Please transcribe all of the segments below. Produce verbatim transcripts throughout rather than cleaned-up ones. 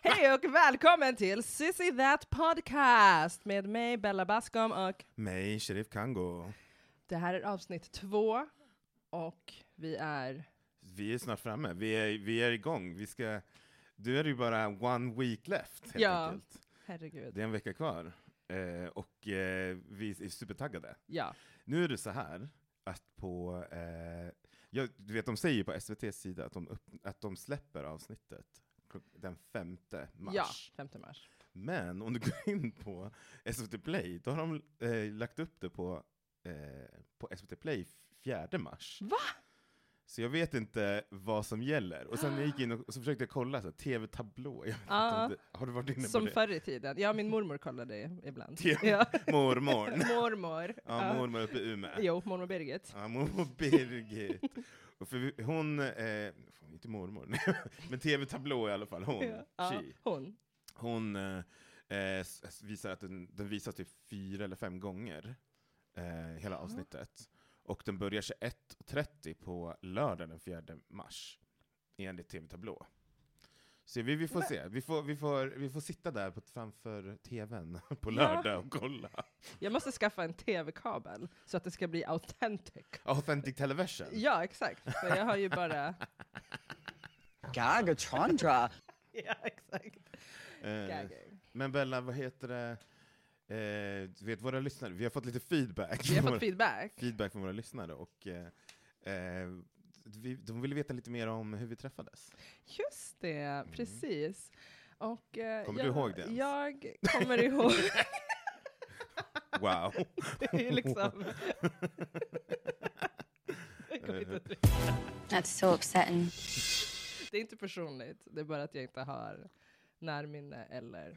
Hej och välkommen till Sissy That Podcast med mig Bella Bascom och mig Sheriff Kango. Det här är avsnitt två och vi är... Vi är snart framme, vi är, vi är igång. Vi ska... Du är ju bara one week left helt ja, enkelt. Herregud. Det är en vecka kvar. Eh, och eh, vi är supertaggade. Ja. Nu är det så här att på... Eh, jag, du vet, de säger på S V T:s sida att de, upp, att de släpper avsnittet den femte mars. Ja, femte mars. Men om du går in på S V T Play, då har de eh, lagt upp det på, eh, på S V T Play fjärde mars. Va? Så jag vet inte vad som gäller. Och sen jag gick in och, och så försökte jag kolla så T V-tablå. Jag vet ah, inte om det, har du varit inne på som det? Som förr i tiden. Ja, min mormor kollade det ibland. T V ja. Mormor. mormor. Ja, mormor uppe i Umeå. Jo, mormor Birgit. Ja, mormor Birgit. Och för hon, eh, inte mormor, men T V-tablå i alla fall, hon. Ja, ja, hon. Hon eh, visar att den, den visas typ fyra eller fem gånger eh, hela avsnittet. Och den börjar tjugoett och trettio på lördag den fjärde mars enligt T V-tablå. Så vi, vi får Men. se. Vi får, vi, får, vi får sitta där på, framför tvn på lördag ja. och kolla. Jag måste skaffa en tv-kabel så att det ska bli authentic. Authentic television? Ja, exakt. För jag har ju bara... Gagatondra. ja, exakt. Eh, men Bella, vad heter det? Eh, du vet, våra lyssnare, vi har fått lite feedback. Vi har fått våra, feedback. Feedback från våra lyssnare. Och eh, vi, de ville veta lite mer om hur vi träffades. Just det, mm. precis. Och, eh, kommer jag, du ihåg det? Jag kommer ihåg. Wow. det är liksom... That's so upsetting. Det är inte personligt, det är bara att jag inte har närminne eller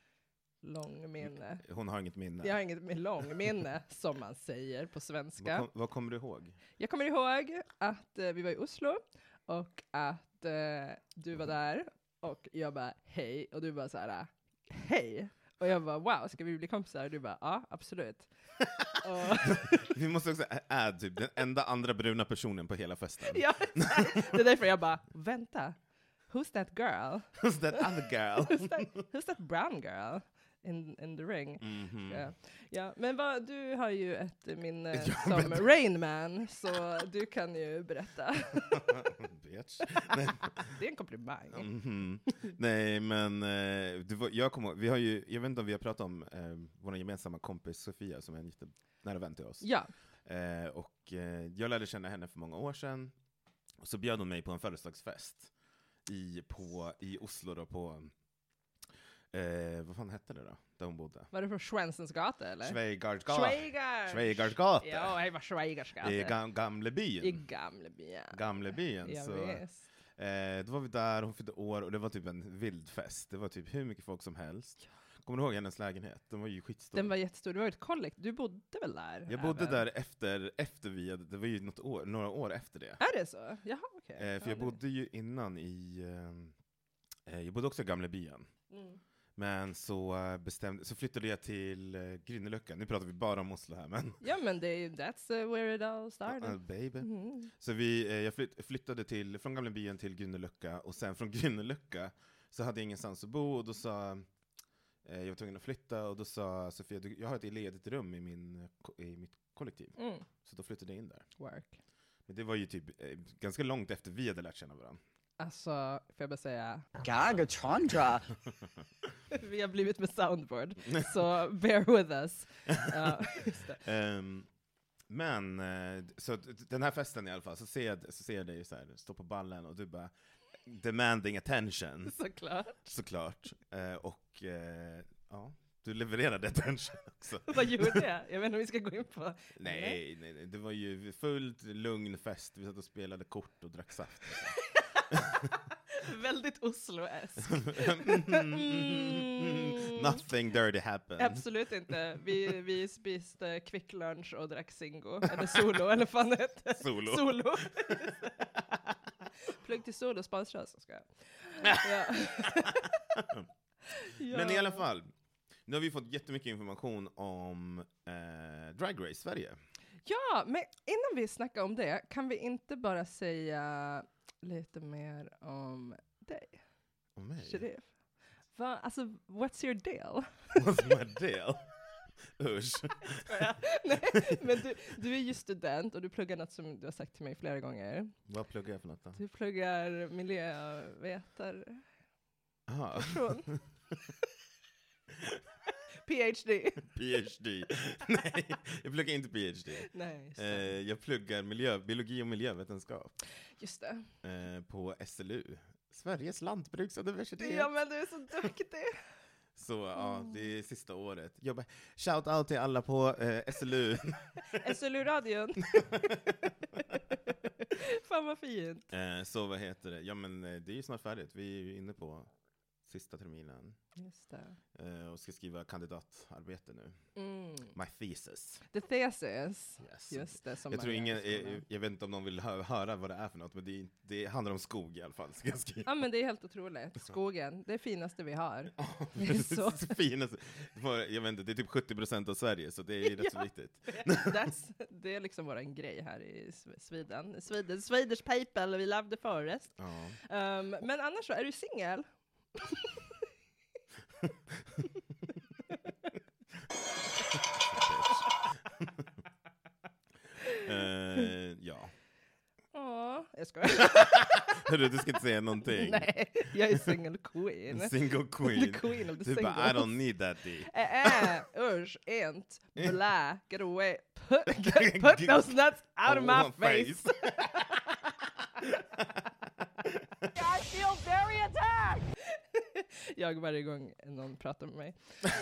långminne. Hon har inget minne. Jag har inget med långminne, som man säger på svenska. Vad, kom, vad kommer du ihåg? Jag kommer ihåg att eh, vi var i Oslo och att eh, du var där och jag bara hej och du bara så här hej. Och jag bara wow, ska vi bli kompisar? Och du bara ja, absolut. och vi måste också add typ den enda andra bruna personen på hela festen. ja, det är därför jag bara vänta. Who's that girl? Who's that other girl? who's, that, who's that brown girl in, in the ring? Mm-hmm. Ja. Ja, men vad, du har ju ett minne ja, som men... Rain Man, så du kan ju berätta. Bitch. Det är en komplimang. Mm-hmm. Nej, men eh, du var, jag kommer, vi har ju, jag vet inte om vi har pratat om eh, vår gemensamma kompis Sofia som är en jättenära vän till oss. Ja. Eh, och eh, jag lärde känna henne för många år sedan. Och så bjöd hon mig på en födelsedagsfest i, på, i Oslo då, på eh, vad fan hette det då, där hon bodde? Var det på Schwensensgata eller? Schweigaardsgata. Schweigaard. Schweigaardsgata. Ja, det var Schweigaardsgata. I gam, Gamlebyen. I Gamlebyen. Gamlebyen. Ja, så, visst. eh, då var vi där, hon fyllde år och det var typ en vild fest. Det var typ hur mycket folk som helst. Kommer du ihåg hennes lägenhet? Den var ju skitstor. Den var jättestor, det var ett kollekt. Du bodde väl där? Jag bodde även? där efter, efter vi hade, det var ju något år, några år efter det. Är det så? Jaha, okej. Okay. Eh, för ja, jag bodde ju innan i, eh, jag bodde också i Gamlebyen. Mm. Men så, bestämde, så flyttade jag till uh, Grünneløkka. Nu pratar vi bara om Oslo här. Men ja, men det, that's uh, where it all started. Uh, baby. Mm. Så vi, uh, jag flytt, flyttade till, från Gamlebyen till Grünneløkka. Och sen från Grünneløkka så hade jag ingenstans att bo. Och då sa, uh, jag var tvungen att flytta. Och då sa Sofia, du, jag har ett ledigt rum i, min, i mitt kollektiv. Mm. Så då flyttade jag in där. Work. Men det var ju typ uh, ganska långt efter vi hade lärt känna varandra. Alltså, får jag bara säga... Gagatondra. Vi har blivit med soundboard, så bear with us. Uh, um, men, uh, så den här festen i alla fall, så ser jag, så ser jag dig så här, stå på ballen och du bara demanding attention. Såklart. Såklart. Uh, och uh, ja, du levererade attention också. Vad gjorde jag? Jag vet inte om vi ska gå in på... Nej, nej, nej, det var ju fullt lugn fest. Vi satt och spelade kort och drack saft. Väldigt Oslo-esk. mm. Nothing dirty happened. Absolut inte. Vi, vi spiste quick lunch och drack Zingo. Eller Solo, eller fan det Solo. Solo. Plugg till Solo, sponsra oss. Ska jag. Ja. Men i alla fall, nu har vi fått jättemycket information om eh, Drag Race Sverige. Ja, men innan vi snackar om det, kan vi inte bara säga lite mer om dig? Om mig? Sheriff. Va? Alltså, what's your deal? What's my deal? Usch. Nej, men du, du är ju student och du pluggar något som du har sagt till mig flera gånger. Vad pluggar jag för något då? Du pluggar miljövetare. Aha. PhD. PhD. Nej, jag pluggar inte PhD. Nej, eh, jag pluggar miljö, biologi och miljövetenskap. Just det. Eh, på S L U. Sveriges lantbruksuniversitet. Ja, men du är så duktig. Så ja, det är sista året. Jobba. Shout out till alla på eh, S L U. S L U-radion. Fan vad fint. Eh, så vad heter det? Ja men eh, det är ju snart färdigt. Vi är ju inne på sista terminen. Just det. Eh, och ska skriva kandidatarbete nu. Mm. My thesis. The thesis. Yes. Just det. Som Jag man tror gör ingen, i skolan. jag, jag vet inte om någon vill hö- höra vad det är för något, men det, är, det handlar om skog i alla fall. Ska jag skriva. Ja, men det är helt otroligt. Skogen, det är finaste vi har. Det är så. Det är finaste. Jag vet inte, det är typ sjuttio procent av Sverige, så det är rätt så Ja. viktigt. That's, det är liksom våran grej här i Sv- Sweden. Sweden. Swedish people, we love the forest. Ja. Um, men annars så, är du singel? Eh, ja. Ja, jag skojar. Hörru, du ska inte säga någonting. Nej, jag är single queen. Single The queen. queen of the Du singles. bara, I don't need that D. Äh, äh, usch, ent, blä, get away, put, put those nuts out of my face. I feel very attacked! Jag varje gång någon pratar med mig.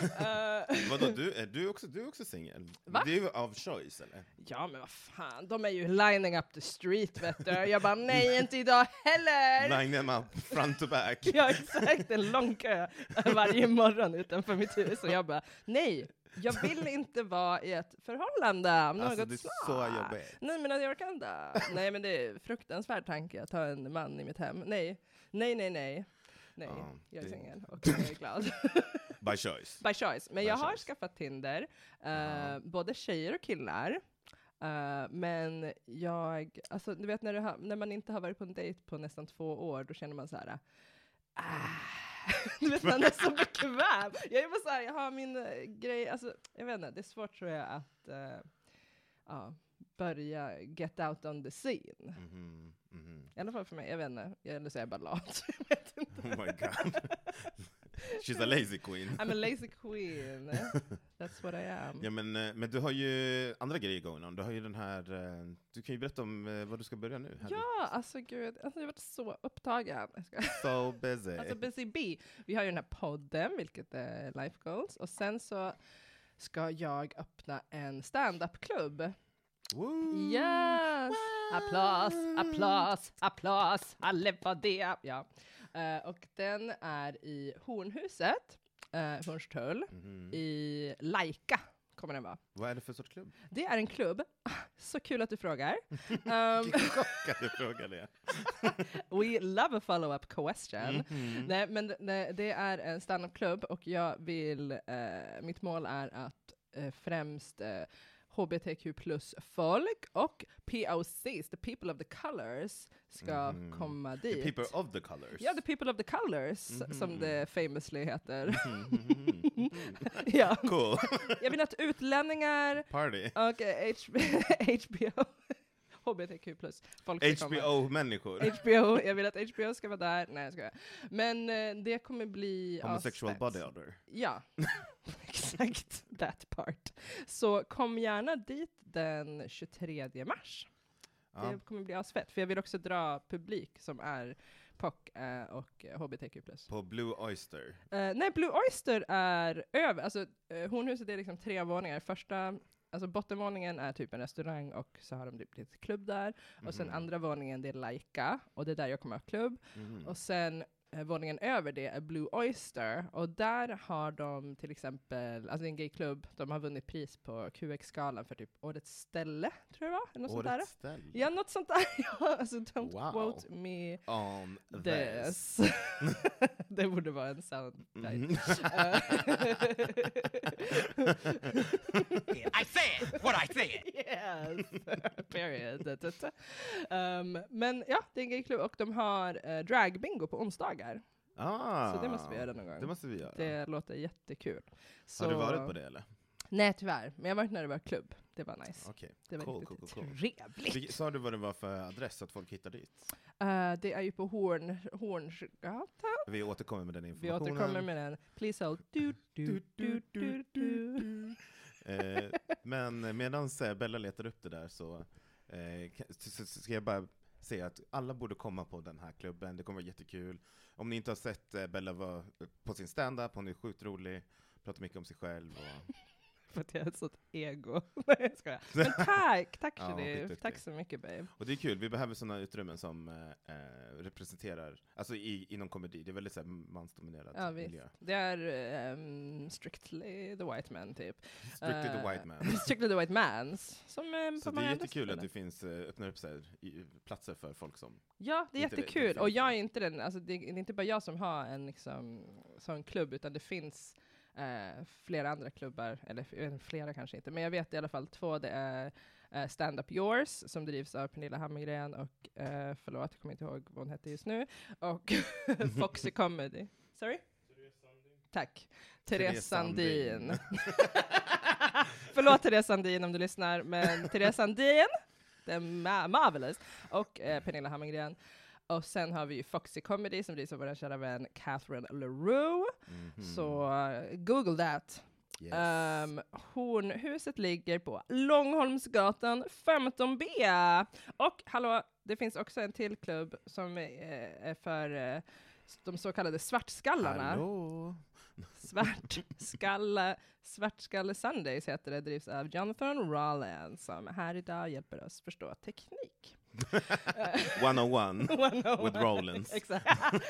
Uh, Vadå, du är du också, du är också singel? Va? Det är ju av choice, eller? ja, men vad fan, de är ju lining up the street, vet du. Jag bara, nej, inte idag heller! Line them up, front to back. Ja, exakt, en lång kö varje morgon utanför mitt hus. Och jag bara, nej, jag vill inte vara i ett förhållande av något Alltså det är slag. så jobbigt. Nej, men jag orkar inte. Nej, men det är en fruktansvärd tanke att ha en man i mitt hem. Nej, nej, nej, nej. Nej, Ja, jag är det- singel och jag är glad. By choice. By choice. Men By jag har choice. skaffat Tinder, eh, Ja. både tjejer och killar. Eh, men jag, alltså du vet när, du har, när man inte har varit på en dejt på nästan två år, då känner man så här. Ah. Du vet, man är så bekväm. Jag är bara så här, jag har min eh, grej, alltså jag vet inte, det är svårt tror jag att eh, ja, börja get out on the scene. Mhm, mhm. I alla fall för mig, jag vet inte, jag, eller så är jag bara lat. Jag vet inte. Oh my god. She's a lazy queen. I'm a lazy queen. That's what I am. Ja, men, eh, men du har ju andra grejer going on. Du har ju den här, eh, du kan ju berätta om eh, vad du ska börja nu. Harry. Ja, alltså gud, alltså, jag har varit så upptagen. Jag ska. So busy. Alltså Busy Bee. Vi har ju den här podden, vilket är Life Goals. Och sen så ska jag öppna en stand-up-klubb. Woo! Yes! Applås, applås, applås. Alla på det. Ja. Eh, och den är i Hornhuset, uh, Hornstull, Mhm. i Laika kommer den vara. Vad är det för sorts klubb? Det är en klubb. Så kul att du frågar. Um, Chockad jag frågar det. we love a follow-up question. Mhm. Nej, men nej, det är en stand-up-klubb och jag vill, eh, mitt mål är att eh, främst eh, H B T Q plus folk och P O Cs, the people of the colors, ska Mhm. komma The dit. people of the colors. Ja, the people of the colors, Mhm. som det famously heter. Mhm, mhm, mhm. Ja. Cool. Jag vill att utlänningar Party. och eh, H B, H B O, H B T Q plus folk ska H komma. B O-människor. H B O, jag vill att H B O ska vara där. Nej, jag skojar. Men eh, det kommer bli Homosexual asfett. body odor. Ja, exakt that part. Så kom gärna dit den tjugotredje mars. Ja. Det kommer bli asfett. För jag vill också dra publik som är P O C eh, och H B T Q plus. På Blue Oyster. Eh, nej, Blue Oyster är över. Alltså, eh, Hornhuset är liksom tre våningar. Första, alltså bottenvåningen är typ en restaurang och så har de typ lite klubb där. Och sen Mhm. andra våningen det är Laika och det är där jag kommer ha klubb. Mhm. Och sen eh, våningen över det är Blue Oyster och där har de till exempel, alltså det är en gayklubb, de har vunnit pris på Q X-skalan för typ årets ställe, tror jag det var, eller något sånt där. Årets ställe. Ja, något sånt där. Ja, alltså don't Wow. quote me On this. this. Det borde vara en soundbite. Mhm. I said what I said. Yes, period. Da, da, da. Um, men ja, det är en gayklubb och de har uh, dragbingo på onsdagar. Ah, Så det måste vi göra någon gång. Det måste vi göra. Det låter jättekul. Så... Har du varit på det eller? Nej, tyvärr. Men jag har varit när det var klubb. Det var nice. Okej. Det var Cool, riktigt cool, cool, cool. trevligt. Vil- Sa du vad det var för adress så att folk hittar dit? Uh, det är ju på Horn, Hornsgatan. Vi återkommer med den Vi informationen. återkommer med den. Please hold. Du, du, du, du, du. eh, men medan Bella letar upp det där så, eh, ka- så, så ska jag bara säga att alla borde komma på den här klubben. Det kommer vara jättekul. Om ni inte har sett eh, Bella vara på sin stand-up, hon är sjukt rolig, pratar mycket om sig själv. Och För att jag har ett sånt ego. Nej, jag skojar. Men tack, tack Ja, Sheriff. skitduktig. Tack så mycket, babe. Och det är kul, vi behöver sådana utrymmen som eh, eh, representerar, alltså i, inom komedi, det är väldigt så här, mansdominerad Ja, visst. miljö. Det är um, strictly the white man, typ. Strictly the Eh, white man. strictly the white mans. Som, um, Så på det är många andra jättekul att det ställen. finns, eh, öppnar upp så här, i, platser för folk som... Ja, det är inte det- jättekul. det Och finns jag det. är inte den, alltså det, det är inte bara jag som har en liksom, sån klubb, utan det finns eh, flera andra klubbar, eller f- jag vet inte, flera kanske inte, men jag vet i alla fall två. Det är eh, Stand Up Yours, som drivs av Pernilla Hammargren och, eh, förlåt, jag kommer inte ihåg vad hon hette just nu, och Foxy Comedy. Sorry? Tack. Therese Therese Sandin. Sandin. Förlåt Therese Sandin om du lyssnar, men Therese Sandin, det är ma- marvelous, och eh, Pernilla Hammargren. Och sen har vi ju Foxy Comedy som drivs av vår kära vän Catherine LaRue. Mhm. Så uh, google that. Yes. Um, Hornhuset ligger på Långholmsgatan femton B. Och hallå, det finns också en till klubb som är, är för uh, de så kallade svartskallarna. Hallå? Svartskalle, Svartskalle Sundays heter det, drivs av Jonathan Rollins som här idag hjälper oss förstå teknik. one-on-one one oh with Rollins. Exakt.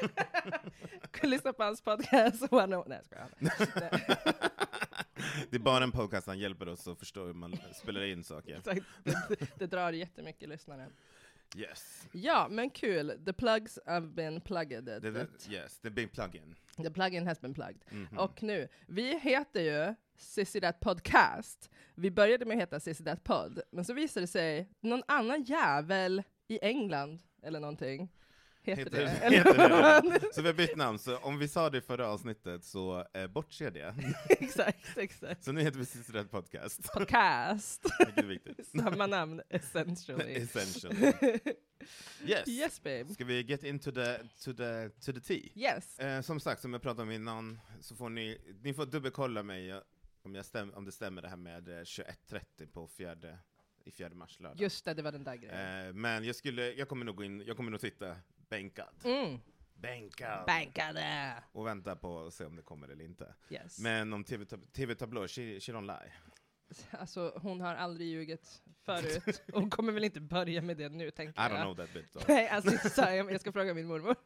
Lyssna på hans podcast. one oh one. Nej, jag skojar. Det är bara en podcast, han hjälper oss att förstå hur man spelar in saker. Exakt. Det, det drar jättemycket lyssnare. Yes. Ja, men kul. The plugs have been plugged. Det, det, yes, the big plug-in. The plugin has been plugged. Mhm. Och nu, vi heter ju Sissy That Podcast. Vi började med att heta Sissy That Pod, men så visade det sig någon annan jävel i England eller någonting heter, Heter det. det- Eller heter det. Så vi har bytt namn, så om vi sa det i förra avsnittet så eh, bortser det. exakt, exakt. Så nu heter vi Sissy That Podcast. Podcast. Vilket är viktigt. Samma namn, essentially. Essentially. Yes. Yes, babe. Ska vi get into the, to the, to the tea? Yes. Eh, som sagt, som jag pratade om innan, så får ni, ni får dubbelkolla mig eh, om, jag stäm, om det stämmer det här med eh, tjugoett trettio på fjärde, i fjärde mars lördag. Just det, det var den där grejen. Eh, men jag, skulle, jag kommer nog gå in, jag kommer nog sitta bänkad. Mm. Bänkad. Bankade. Och vänta på att se om det kommer eller inte. Yes. Men om T V, tab- T V Tablå, she, she don't lie. Alltså, hon har aldrig ljugit förut. Hon kommer väl inte börja med det nu, I tänker jag. don't know that bit. though. Nej, alltså, så här, jag jag ska fråga min mormor.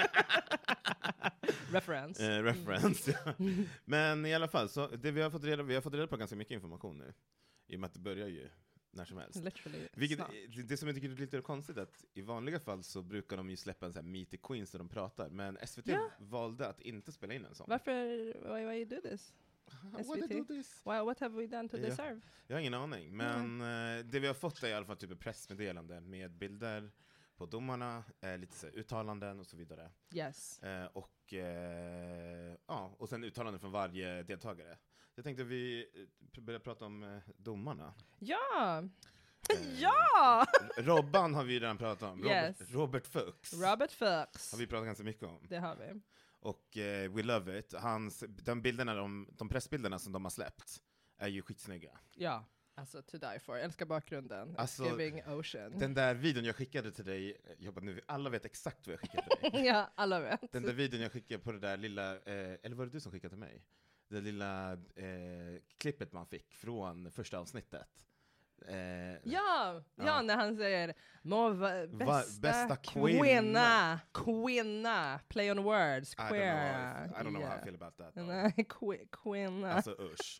Reference. Eh, reference, ja. Men i alla fall, så det vi har fått reda vi har fått reda på ganska mycket information nu. I och med att det börjar ju när som helst. Literally. Vilket, snart. det, det som jag tycker är lite konstigt att i vanliga fall så brukar de ju släppa en sån här Meet the Queens där de pratar, men S V T Ja. valde att inte spela in en sån. Varför, why, why you do this? Why S V T? they do this? Why, what have we done to Ja. deserve? Jag har ingen aning, men eh, det vi har fått är i alla fall typ ett pressmeddelande med bilder på domarna, eh, lite så här, uttalanden och så vidare. Yes. Eh, och, eh, ja, och sen uttalanden från varje deltagare. Jag tänkte vi eh, börjar prata om eh, domarna. Ja! Eh, Ja! Robban har vi redan pratat om. Robert, Yes. Robert Fuchs Robert Fuchs. har vi pratat ganska mycket om. Det har vi. Och eh, We Love It, hans, de, bilderna, de, de pressbilderna som de har släppt är ju skitsnygga. Ja, alltså to die for. Jag älskar bakgrunden. Alltså, It's giving ocean. Den där videon jag skickade till dig, jag hoppas nu alla vet exakt vad jag skickade till dig. Ja, alla vet. Den där videon jag skickade på det där lilla, eh, eller var det du som skickade till mig? Det lilla eh, klippet man fick från första avsnittet. Eh, Ja, ja, Ja. när han säger må va, bästa, Va- bästa kvinna. kvinna, kvinna, play on words, I don't queer. know, I don't know how I Yeah. feel about that. though. Nej, qui- kvinna. Alltså usch.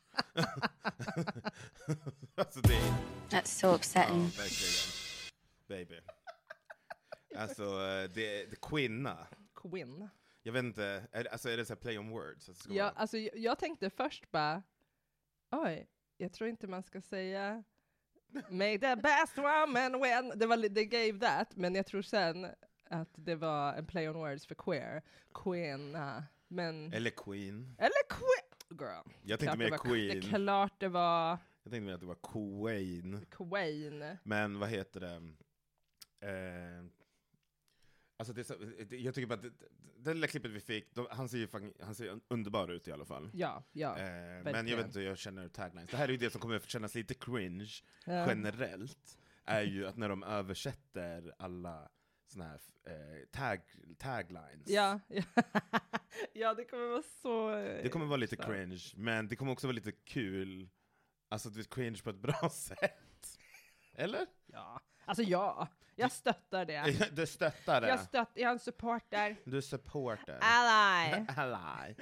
Alltså det är... That's so Ja, upsetting. verkligen. Baby. Alltså, eh, det är det är kvinna. Quinn. Jag vet inte, är, alltså är det så här play on words? Att det ska Ja, vara- alltså, jag, jag tänkte först bara, oj, jag tror inte man ska säga May the best woman win. Det, var, li- det gave that, men jag tror sen att det var en play on words för queer. Queena. Men... Eller Queen. Eller queer. Girl. Jag tänkte Klart mer det var, Queen. Det är klart det var... Jag tänkte mer att det var Queen. Queen. Men vad heter det? Eh, alltså det, är så, det jag tycker bara att det, det lilla klippet vi fick, de, han ser ju fan, han ser underbar ut i alla fall. Ja, ja. Eh, men jag vet inte hur jag känner taglines. Det här är ju det som kommer att kännas lite cringe Ja. generellt. Är ju att när de översätter alla såna här eh, tag, taglines. Ja, ja. Ja, det kommer vara så... Det kommer vara lite så. cringe, men det kommer också vara lite kul. Alltså det är cringe på ett bra sätt. Eller? Ja, alltså ja. Jag stöttar det. Du stöttar det. Jag stöttar, jag är en supporter. Du supportar. Ally. Ally.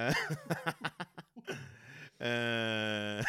Eh,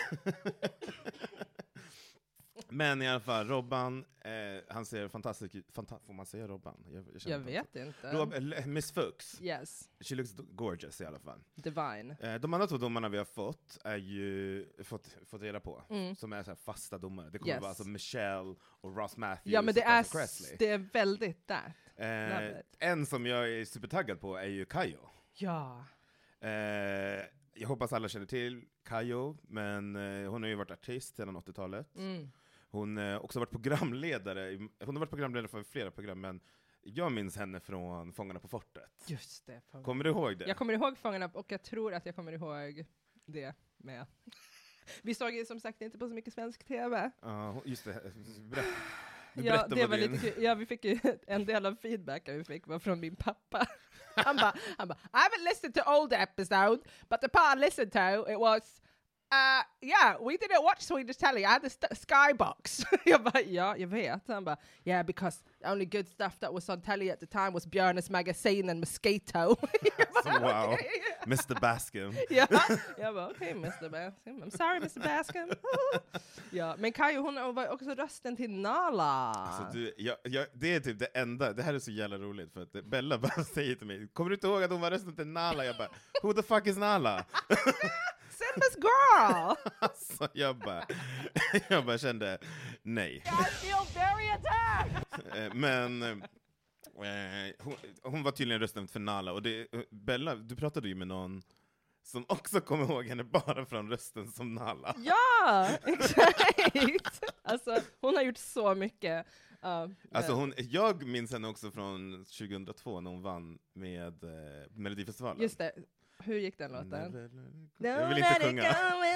Men i alla fall, Robban, eh, han ser fantastisk ut. Fanta- får man säga Robban? Jag, jag, Jag inte vet inte. Rob, eller, Miss Fuchs. Yes, She looks gorgeous i alla fall. divine. Eh, de andra två domarna vi har fått är ju fått, fått reda på. Mm. Som är så här fasta domare. Det kommer Yes. vara alltså Michelle och Ross Matthews Ja, men det och är, Carson Kressley. det är väldigt där. Love Eh, it. en som jag är supertaggad på är ju Kayo. Ja. Eh, jag hoppas alla känner till Kayo, men eh, hon har ju varit artist sedan åttiotalet. Mm. Hon har eh, också varit programledare. i- Hon har varit programledare för flera program, men jag minns henne från Fångarna på fortet. Just det. fan. Kommer du ihåg det? Jag kommer ihåg Fångarna och jag tror att jag kommer ihåg det med. Vi såg ju som sagt inte på så mycket svensk tv. Ja, hon- just det. Berätta, Ja, berätta det vad var din- lite kul. Ja, vi fick ju en del av feedbacken vi fick var från min pappa. Han bara, han bara, I haven't listened to old episode, but the part I listened to, it was, uh, yeah, we didn't watch Swedish telly, I had the st- skybox. Jag bara, ja, jag vet. Han bara, yeah, because the only good stuff that was on telly at the time was Björnes Magazine and Mosquito. Jag bara, Så, wow. "Okej." mister Baskin. Ja, jag bara okej okay, mister Baskin, I'm sorry mister Baskin. Ja, men Kayo hon var också rösten till Nala. Alltså, du, jag, jag, det är typ det enda, det här är så jävla roligt för att Bella bara säger till mig, kommer du inte ihåg att hon var rösten till Nala? Jag bara, who the fuck is Nala? Simbas girl! Alltså, jag bara, jag bara kände, nej. I feel very attacked! Eh, Men eh, hon, hon var tydligen rösten för Nala, och det, eh, Bella, du pratade ju med någon som också kommer ihåg henne bara från rösten som Nala. Ja, exakt! Alltså hon har gjort så mycket. Uh, Alltså hon, jag minns henne också från tjugohundratvå när hon vann med eh, Melodifestivalen. just det, hur gick den låten? Never- Jag vill inte sjunga.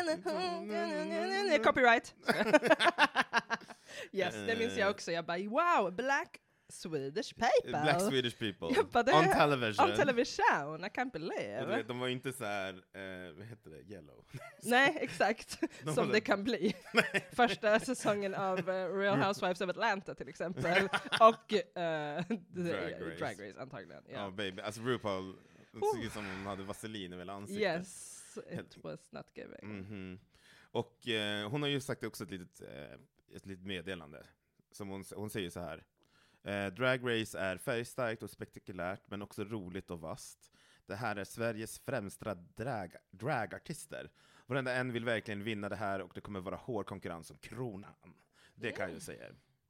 Copyright! Yes, det minns jag också. Jag bara wow, black Swedish people. Black Swedish people. Jag bara, det- On television. On television, I can't Och du believe. vet, de var inte så här, eh, vad heter det, yellow. Nej, exakt. De Som var- det kan bli. Första säsongen av uh, Real Housewives of Atlanta till exempel. Och uh, Drag Race. Drag Race antagligen. Ja, Yeah. baby. Alltså RuPaul, det såg ut som hon hade vaselin över hela ansiktet. Yes, it was not giving. Mhm. Och eh, hon har ju sagt också ett litet, eh, ett litet meddelande. Som hon, hon säger så här. Eh, Drag Race är färgstarkt och spektakulärt, men också roligt och vast. Det här är Sveriges främsta drag, dragartister. Varenda en vill verkligen vinna det här, och det kommer vara hård konkurrens om kronan. Det kan jag ju säga.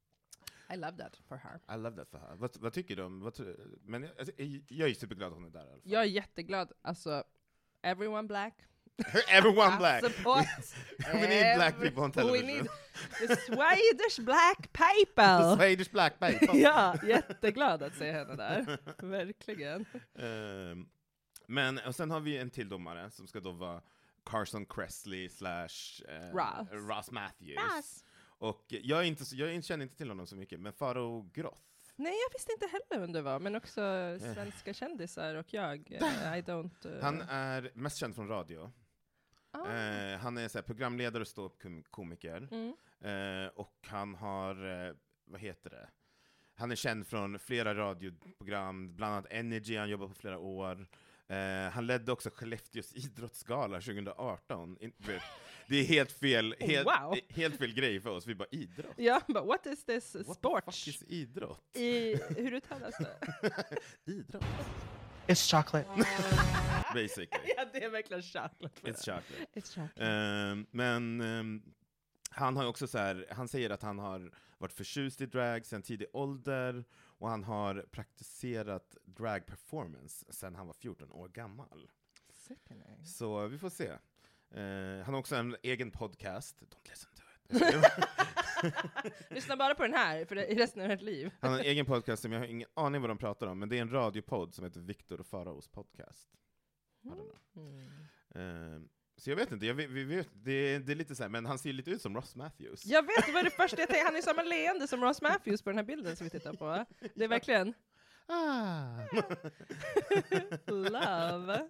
I love that for her. I love that for her. Vad, vad tycker du om... Vad, tr- men jag, alltså, jag är superglad att hon är där i alla fall. Jag är jätteglad. Alltså, everyone black. Everyone black! I support We need black every- people on We television. need the Swedish black The people. Swedish black people. Ja, jätteglad att se henne där. Verkligen. Ehm, men, och sen har vi en till domare som ska då vara Carson Kressley slash eh, Ross. Ross Matthews. Ross. Och jag, är inte så, jag känner inte till honom så mycket, men Faro Groth. Nej, jag visste inte heller vem det var, men också svenska kändisar och jag. eh, I don't... Uh... Han är mest känd från radio. Ah. Eh, han är så här, programledare och ståuppkomiker. Mm. Eh, och han har, eh, vad heter det? Han är känd från flera radioprogram, bland annat Energy, han jobbar på flera år. Eh, han ledde också Skellefteås idrottsgala tjugoarton. In, vet, det är helt fel, helt, Wow. helt fel grej för oss, vi bara idrott. Ja, but what is this What sport? the fuck is idrott? I, hur uttalas det? idrott? It's chocolate. Basically. Ja, det är verkligen chocolate. It's chocolate. It's chocolate. Ehm, men ehm, han har ju också så här, han säger att han har varit förtjust i drag sedan tidig ålder, Och han har praktiserat drag performance sedan han var fjorton år gammal. Sickening. Så vi får se. Uh, han har också en egen podcast. Don't listen to it. Lyssna bara på den här för det, i resten av ert liv. Han har en egen podcast som jag har ingen aning vad de pratar om, men det är en radiopodd som heter Victor och Faraos podcast. Mm. Uh, så jag vet inte, jag vet, vi vet, det, det är lite så här, men han ser lite ut som Ross Matthews. Jag vet, det var det första jag tänkte. Han är samma leende som Ross Matthews på den här bilden som vi tittar på. Det är verkligen... Ah. Love.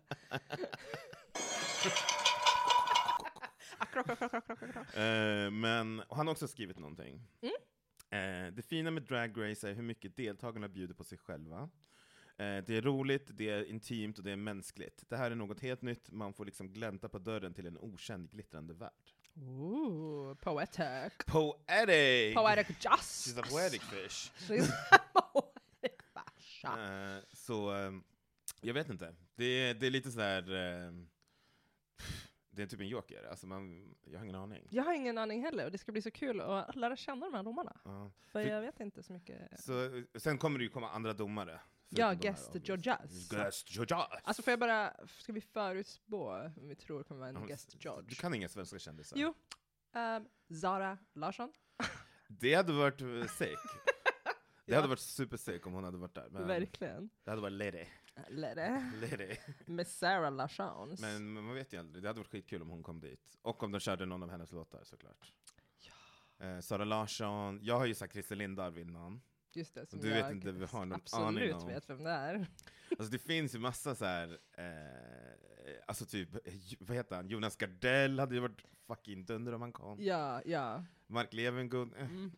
uh, men och han har också skrivit någonting. Mm. Uh, det fina med Drag Race är hur mycket deltagarna bjuder på sig själva. Uh, det är roligt, det är intimt och det är mänskligt. Det här är något helt nytt. Man får liksom glänta på dörren till en okänd glittrande värld. Ooh, poetic. Poetic! Poetic justice. She's a poetic fish. She's a poetic fish. Uh, så um, jag vet inte. Det, det är lite så här. Uh, det är typ en joker. Alltså man, jag har ingen aning. Jag har ingen aning heller. Och det ska bli så kul att lära känna de här domarna. Uh, för för, jag vet inte så mycket. Så, sen kommer det ju komma andra domare. Ja, guest judges. Guest judges. Alltså får jag bara, ska vi förutspå om vi tror kommer vara en ja, guest judge? Du kan inga svenska kändisar. Jo, um, Zara Larsson. Det hade varit uh, sick. Det ja. hade varit super sick om hon hade varit där. Men verkligen. Det hade varit lady. Lady. Lady. Med Sarah Larsson. Men, men man vet ju aldrig. Det hade varit skitkul om hon kom dit. Och om de körde någon av hennes låtar såklart. Ja. Uh, Zara Larsson. Jag har ju sagt Christer Lindarw innan. Just det, som du jag vet inte, vi har någon absolut aning om. vet vem det är. Alltså det finns ju massa så här, eh, alltså typ, vad heter han? Jonas Gardell hade ju varit fucking dunder om han kom. Ja, ja. Mark Levengood. Eh. Mm.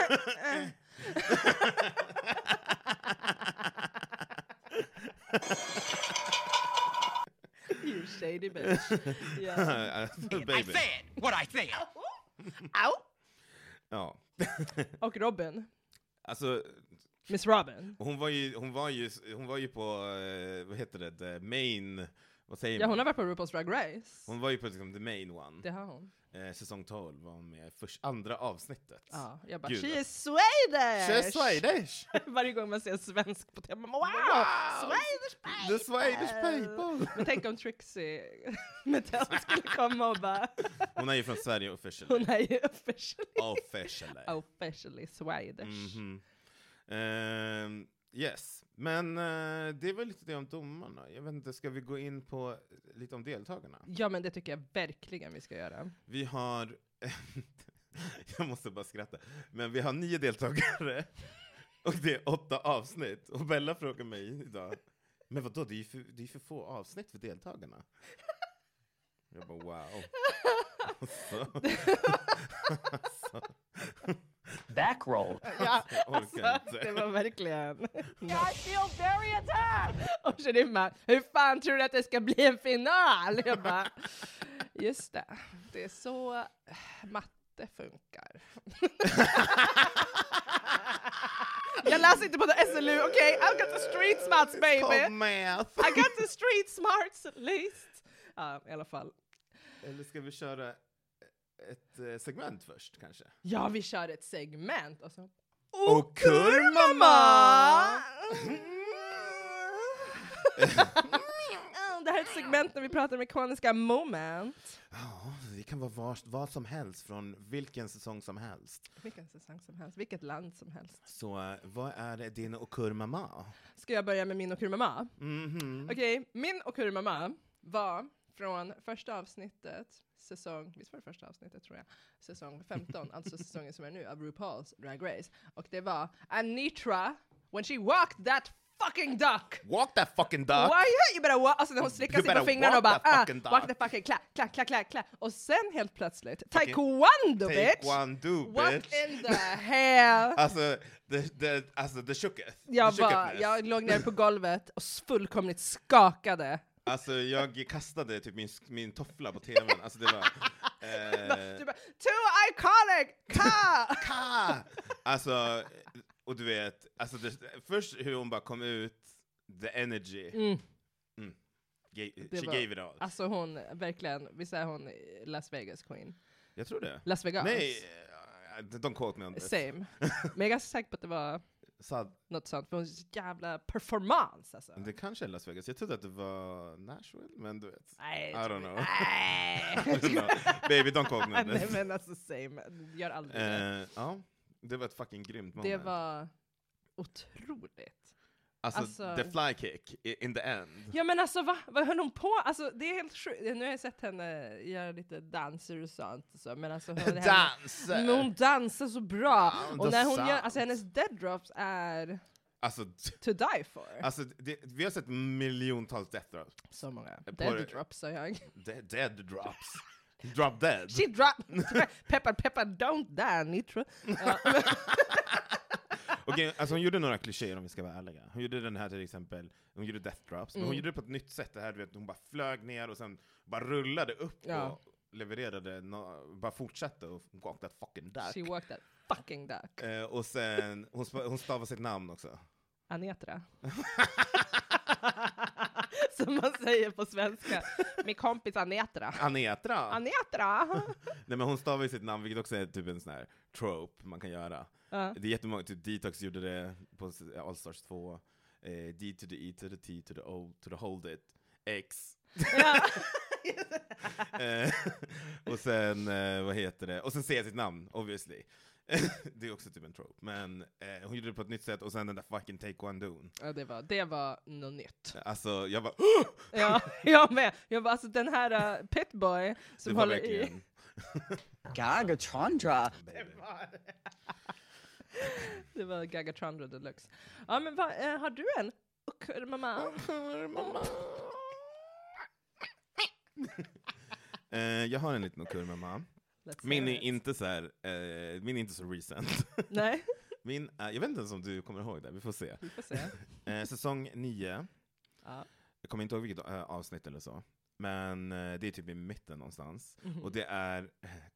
You shady bitch. Yeah. Baby. I said what I said. Au! Ja. Och Robin. Alltså Miss Robin. Hon var ju hon var ju hon var ju på uh, vad heter det? The main, vad säger Ja, man? hon har varit på RuPaul's Drag Race. Hon var ju på liksom the main one. Det har hon. Eh, säsong tolv var hon med först andra avsnittet. Ja, jag bara Gud, she is Swedish. She is Swedish. Varje gång man ser svensk på tema, wow! Wow! Swedish people. The Swedish people. Men tänk om Trixie Mattel skulle komma och bara hon är ju från Sverige officially. Hon är ju officially Officially. Officially Swedish. Mm-hmm. Uh, yes, men uh, det var lite det om domarna. Jag vet inte, ska vi gå in på lite om deltagarna? Ja, men det tycker jag verkligen vi ska göra. Vi har, jag måste bara skratta, men vi har nio deltagare och det är åtta avsnitt. Och Bella frågar mig idag, men vadå, det är ju för, det är för få avsnitt för deltagarna. Jag bara, wow. Alltså. Alltså. Backroll. Ja, alltså, det var verkligen. I feel very attacked! Och så är med, hur fan tror du att det ska bli en final? Jag bara, just det, det är så matte funkar. Jag läser inte på det S L U, okej? Okay? I got the street smarts, baby! I got the street smarts at least! Ja, i alla fall. Eller ska vi köra ett eh, segment först, kanske? Ja, vi kör ett segment. Och så... Okurmamma! Det här är ett segment när vi pratar om ikoniska moment. Ja, det kan vara vad, vad som helst från vilken säsong som helst. Vilken säsong som helst, vilket land som helst. Så uh, vad är din okurmamma? Ska jag börja med min okurmamma? Mm-hmm. Okej, okay, min okurmamma var från första avsnittet, säsong, visst var det första avsnittet tror jag, säsong femton, alltså säsongen som är nu av RuPaul's Drag Race. Och det var Anitra, when she walked that fucking duck! Walk that fucking duck! Why you better walk? Alltså när hon slickar sig på fingrarna och bara ah, walk the fucking clack, clack, clack, clack, clack. Och sen helt plötsligt, taekwondo bitch! Taekwondo bitch! What in the hell? Alltså, det, det, alltså, det shooketh. Jag, bara, jag låg ner på golvet och fullkomligt skakade. Alltså jag kastade typ min, min toffla på tvn. Alltså det var... Eh, du bara, too iconic! Ka! Ka! Alltså, och du vet, alltså det, först hur hon bara kom ut, the energy. Mm. Mm. G- she var, gave it all. Alltså hon, verkligen, visst är hon Las Vegas queen? Jag tror det. Las Vegas? Nej, don't quote me on this. Same. Men jag är ganska säker på att det var... Sad- Något sånt, för hon är så jävla performance alltså. det kanske är Las Vegas. Jag trodde att det var Nashville, men du vet. Nej, I don't know. Nej. I don't know. Baby, don't quote me on Nej this. men alltså, same. Gör aldrig det. Eh, ja, det var ett fucking grymt moment. Det var otroligt. Alltså, alltså- the fly kick i- in the end. Ja men alltså va? Vad höll hon på? Alltså det är helt sjukt. Nu har jag sett henne göra lite danser och sånt. Och så, men alltså, hon, henne, Danser! men hon dansar så bra. Ja, Och det när är hon gör, sant. alltså hennes dead drops är Alltså, to die for. alltså det, vi har sett miljontals death drops. Så många. på Dead det- drops sa jag. De- dead drops. Drop dead. She drop! Peppar peppar don't die Nitro. Ja, men- Okej, alltså hon gjorde några klichéer om vi ska vara ärliga. Hon gjorde den här till exempel, hon gjorde death drops, men hon Mm. gjorde det på ett nytt sätt. Det här, du vet, hon bara flög ner och sen bara rullade upp Ja. och levererade, no, bara fortsatte och walk that fucking duck. She walked that fucking duck. Eh, och sen, hon, sp- hon stavade sitt namn också. Anetra. Som man säger på svenska. Min kompis Anetra. Anetra! Anetra! Nej, men hon stavade sitt namn, vilket också är typ en sån här trope man kan göra. Ja. Det är jättemånga, typ Detox gjorde det på All Stars två. Eh, D to the E to the T to the O to the hold it. X. Ja. Eh, och sen, eh, vad heter det? Och sen säger sitt namn, obviously. Det är också typ en trope. Men eh, hon gjorde det på ett nytt sätt, och sen den där fucking taekwondo. Ja, det var, det var något nytt. Alltså, jag var Ja, jag med. Jag var alltså den här uh, pitboy som det var håller verkligen... i... Gagatondra. Det var det var Gagatondra deluxe. Ja, men va, eh, har du en kurmamma? eh, jag har en liten okur, mamma. Let's Min hear är it. inte så här, eh, min är inte så recent. Nej, Min, eh, jag vet inte ens om du kommer ihåg det, vi får se. vi får se. Eh, säsong nio, Ja. jag kommer inte ihåg vilket eh, avsnitt eller så, men eh, det är typ i mitten någonstans. Mhm. Och det är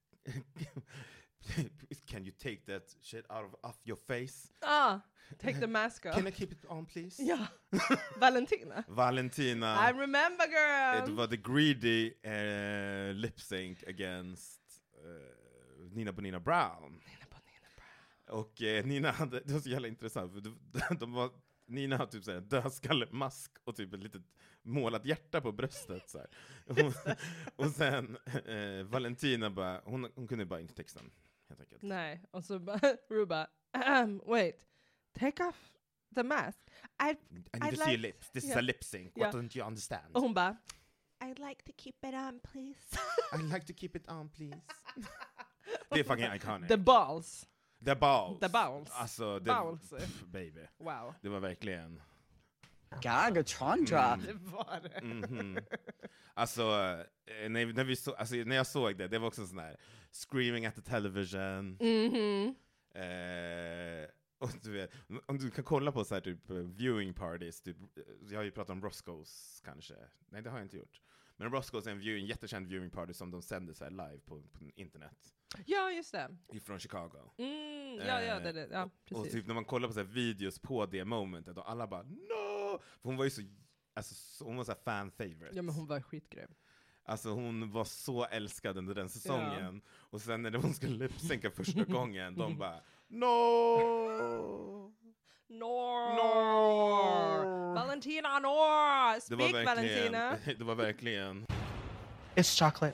Can you take that shit out of off your face? Ah, take the mask off. Can I keep it on please? Ja, Valentina. Valentina. I remember Det girl! var the greedy eh, lip sync against eh, Nina Bonina Brown. Och eh, Nina hade, det var så jävla intressant, för de, de var, Nina hade typ såhär dödskallemask och typ ett litet målat hjärta på bröstet så här. Hon, och sen eh, Valentina bara, hon, hon kunde bara inte texten helt enkelt. Nej, och så bara, Ruba, um, wait, take off the mask. I, I need I'd to see your like- lips, this is yeah. a lip sync, Yeah. what don't you understand? och hon bara, I'd like to keep it on please. I'd like to keep it on please. Det är fucking iconic. The balls. The balls. The balls. Alltså, det, Balls. pff, baby. Wow. Det var verkligen... Gagatondra. Mm. Det var det. Mhm. Alltså, eh, när, när, vi så, alltså, när jag såg det, det var också sån här screaming at the television. Mhm. Eh, och du vet, om du kan kolla på så här typ eh, viewing parties, typ, eh, jag har ju pratat om Roscoe's kanske. Nej, det har jag inte gjort. Men Roscoe's är en, viewing, jättekänd viewing party som de sänder så här live på, på internet. Ja, just det. Ifrån Chicago. Mm, ja, ja, det, det, ja, Och precis. typ när man kollar på så här videos på det momentet, och alla bara no! För hon var ju så, alltså, så, hon var så här fan favorite. Ja, men hon var skitgrym. Alltså hon var så älskad under den säsongen. Och sen när hon skulle lipsynka första gången, de bara no! Nor! Nor! Valentina, Nor! Det Speak var Valentina! verkligen, det var verkligen. It's chocolate.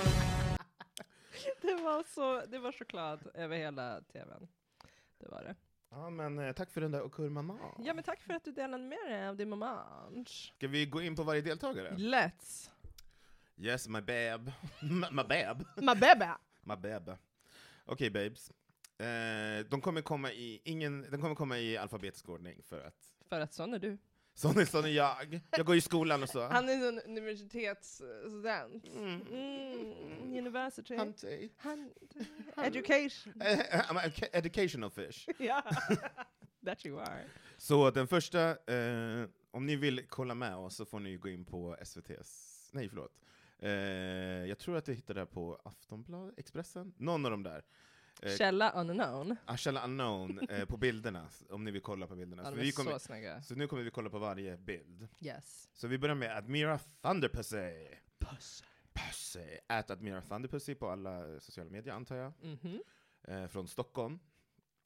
Det var så, det var choklad över hela tvn. Det var det. Ja, men eh, tack för den där okur mamma. Ja, men tack för att du delade med dig av din momage. Ska vi gå in på varje deltagare? Let's! Yes, my bab. my bab. My baby! My bab. Okej, babes. Eh, de kommer komma i ingen, de kommer komma i alfabetisk ordning för att För att sån är du. sån är, sån är jag. Jag går i skolan och så. Han är en universitetsstudent. Mm. Mm, university. Hunty. Han, education. Eh, I'm an educational fish. Ja, that you are. Så den första, eh, om ni vill kolla med oss så får ni gå in på S V T:s, nej förlåt. Eh, jag tror att jag hittade det här på Aftonbladet, Expressen, någon av dem där. Eh, Källa unknown. Ashella Unknown eh, på bilderna, om ni vill kolla på bilderna. Ja, så, de är vi kommer, så snygga. så nu kommer vi kolla på varje bild. Yes. Så vi börjar med Admira Thunderpussy. Puss. Pussy. Ät Admira Thunderpussy på alla sociala medier antar jag. Mhm. Eh, från Stockholm.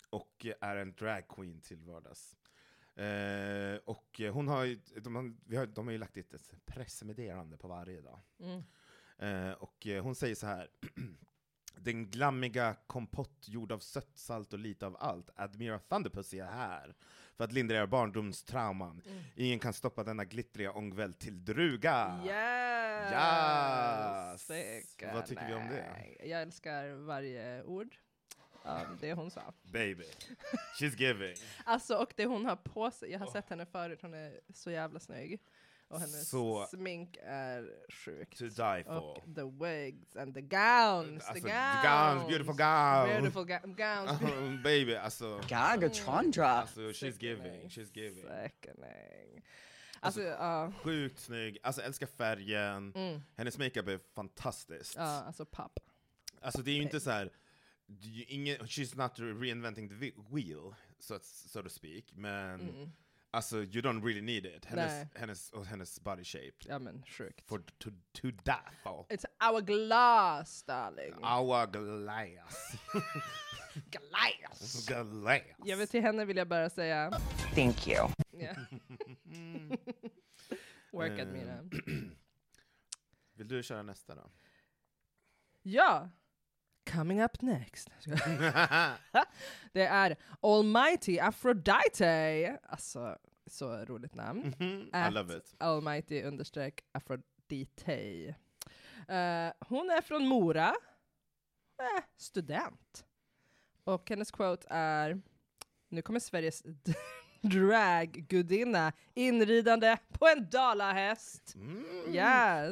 och är en drag queen till vardags. Eh, och hon har, ju- de, har, vi har, de har ju lagt ett pressmeddelande på varje dag. Mm. Eh, och eh, hon säger så här: den glammiga kompott gjord av sött, salt och lite av allt. Admira Thunderpussy är här för att lindra era barndomstrauman. Mm. Ingen kan stoppa denna glittriga ångväll till druga. Yes! Yes! Sick. Vad tycker vi om det? Nej, jag älskar varje ord av det hon sa. Baby, she's giving. Alltså, och det hon har på sig, jag har sett henne förut, hon är så jävla snygg. Och hennes Så- smink är sjukt. To die for. Och the wigs and the gowns, Alltså, the the gowns. gowns, beautiful gowns. Beautiful ga- gowns. Oh, baby, alltså, Gagatron drop. alltså she's giving, she's giving. Sickening. Alltså, Alltså, ja. Sjukt snygg, alltså älskar färgen. Mm. Hennes makeup är fantastiskt. Ja, alltså papp. Alltså det är ju inte så här, det är ju ingen, she's not reinventing the vi- wheel, so, so to speak, men Mm. alltså you don't really need it. Nej. Hennes, hennes, och hennes body shape. Ja men sjukt. For to, to die for. It's our glass, darling. Our glass. Glass! Glass. Jag vet, till henne vill jag bara säga, Thank you. yeah. Work at me Eh. now. Vill du köra nästa då? Ja! Coming up next. Det är Almighty Aphrodite. Alltså, så roligt namn. I love it. Almighty understreck Aphrodite. Eh, hon är från Mora. Eh, student. Och hennes quote är: nu kommer Sveriges d- draggudinna inridande på en dalahäst. Mm. Yes.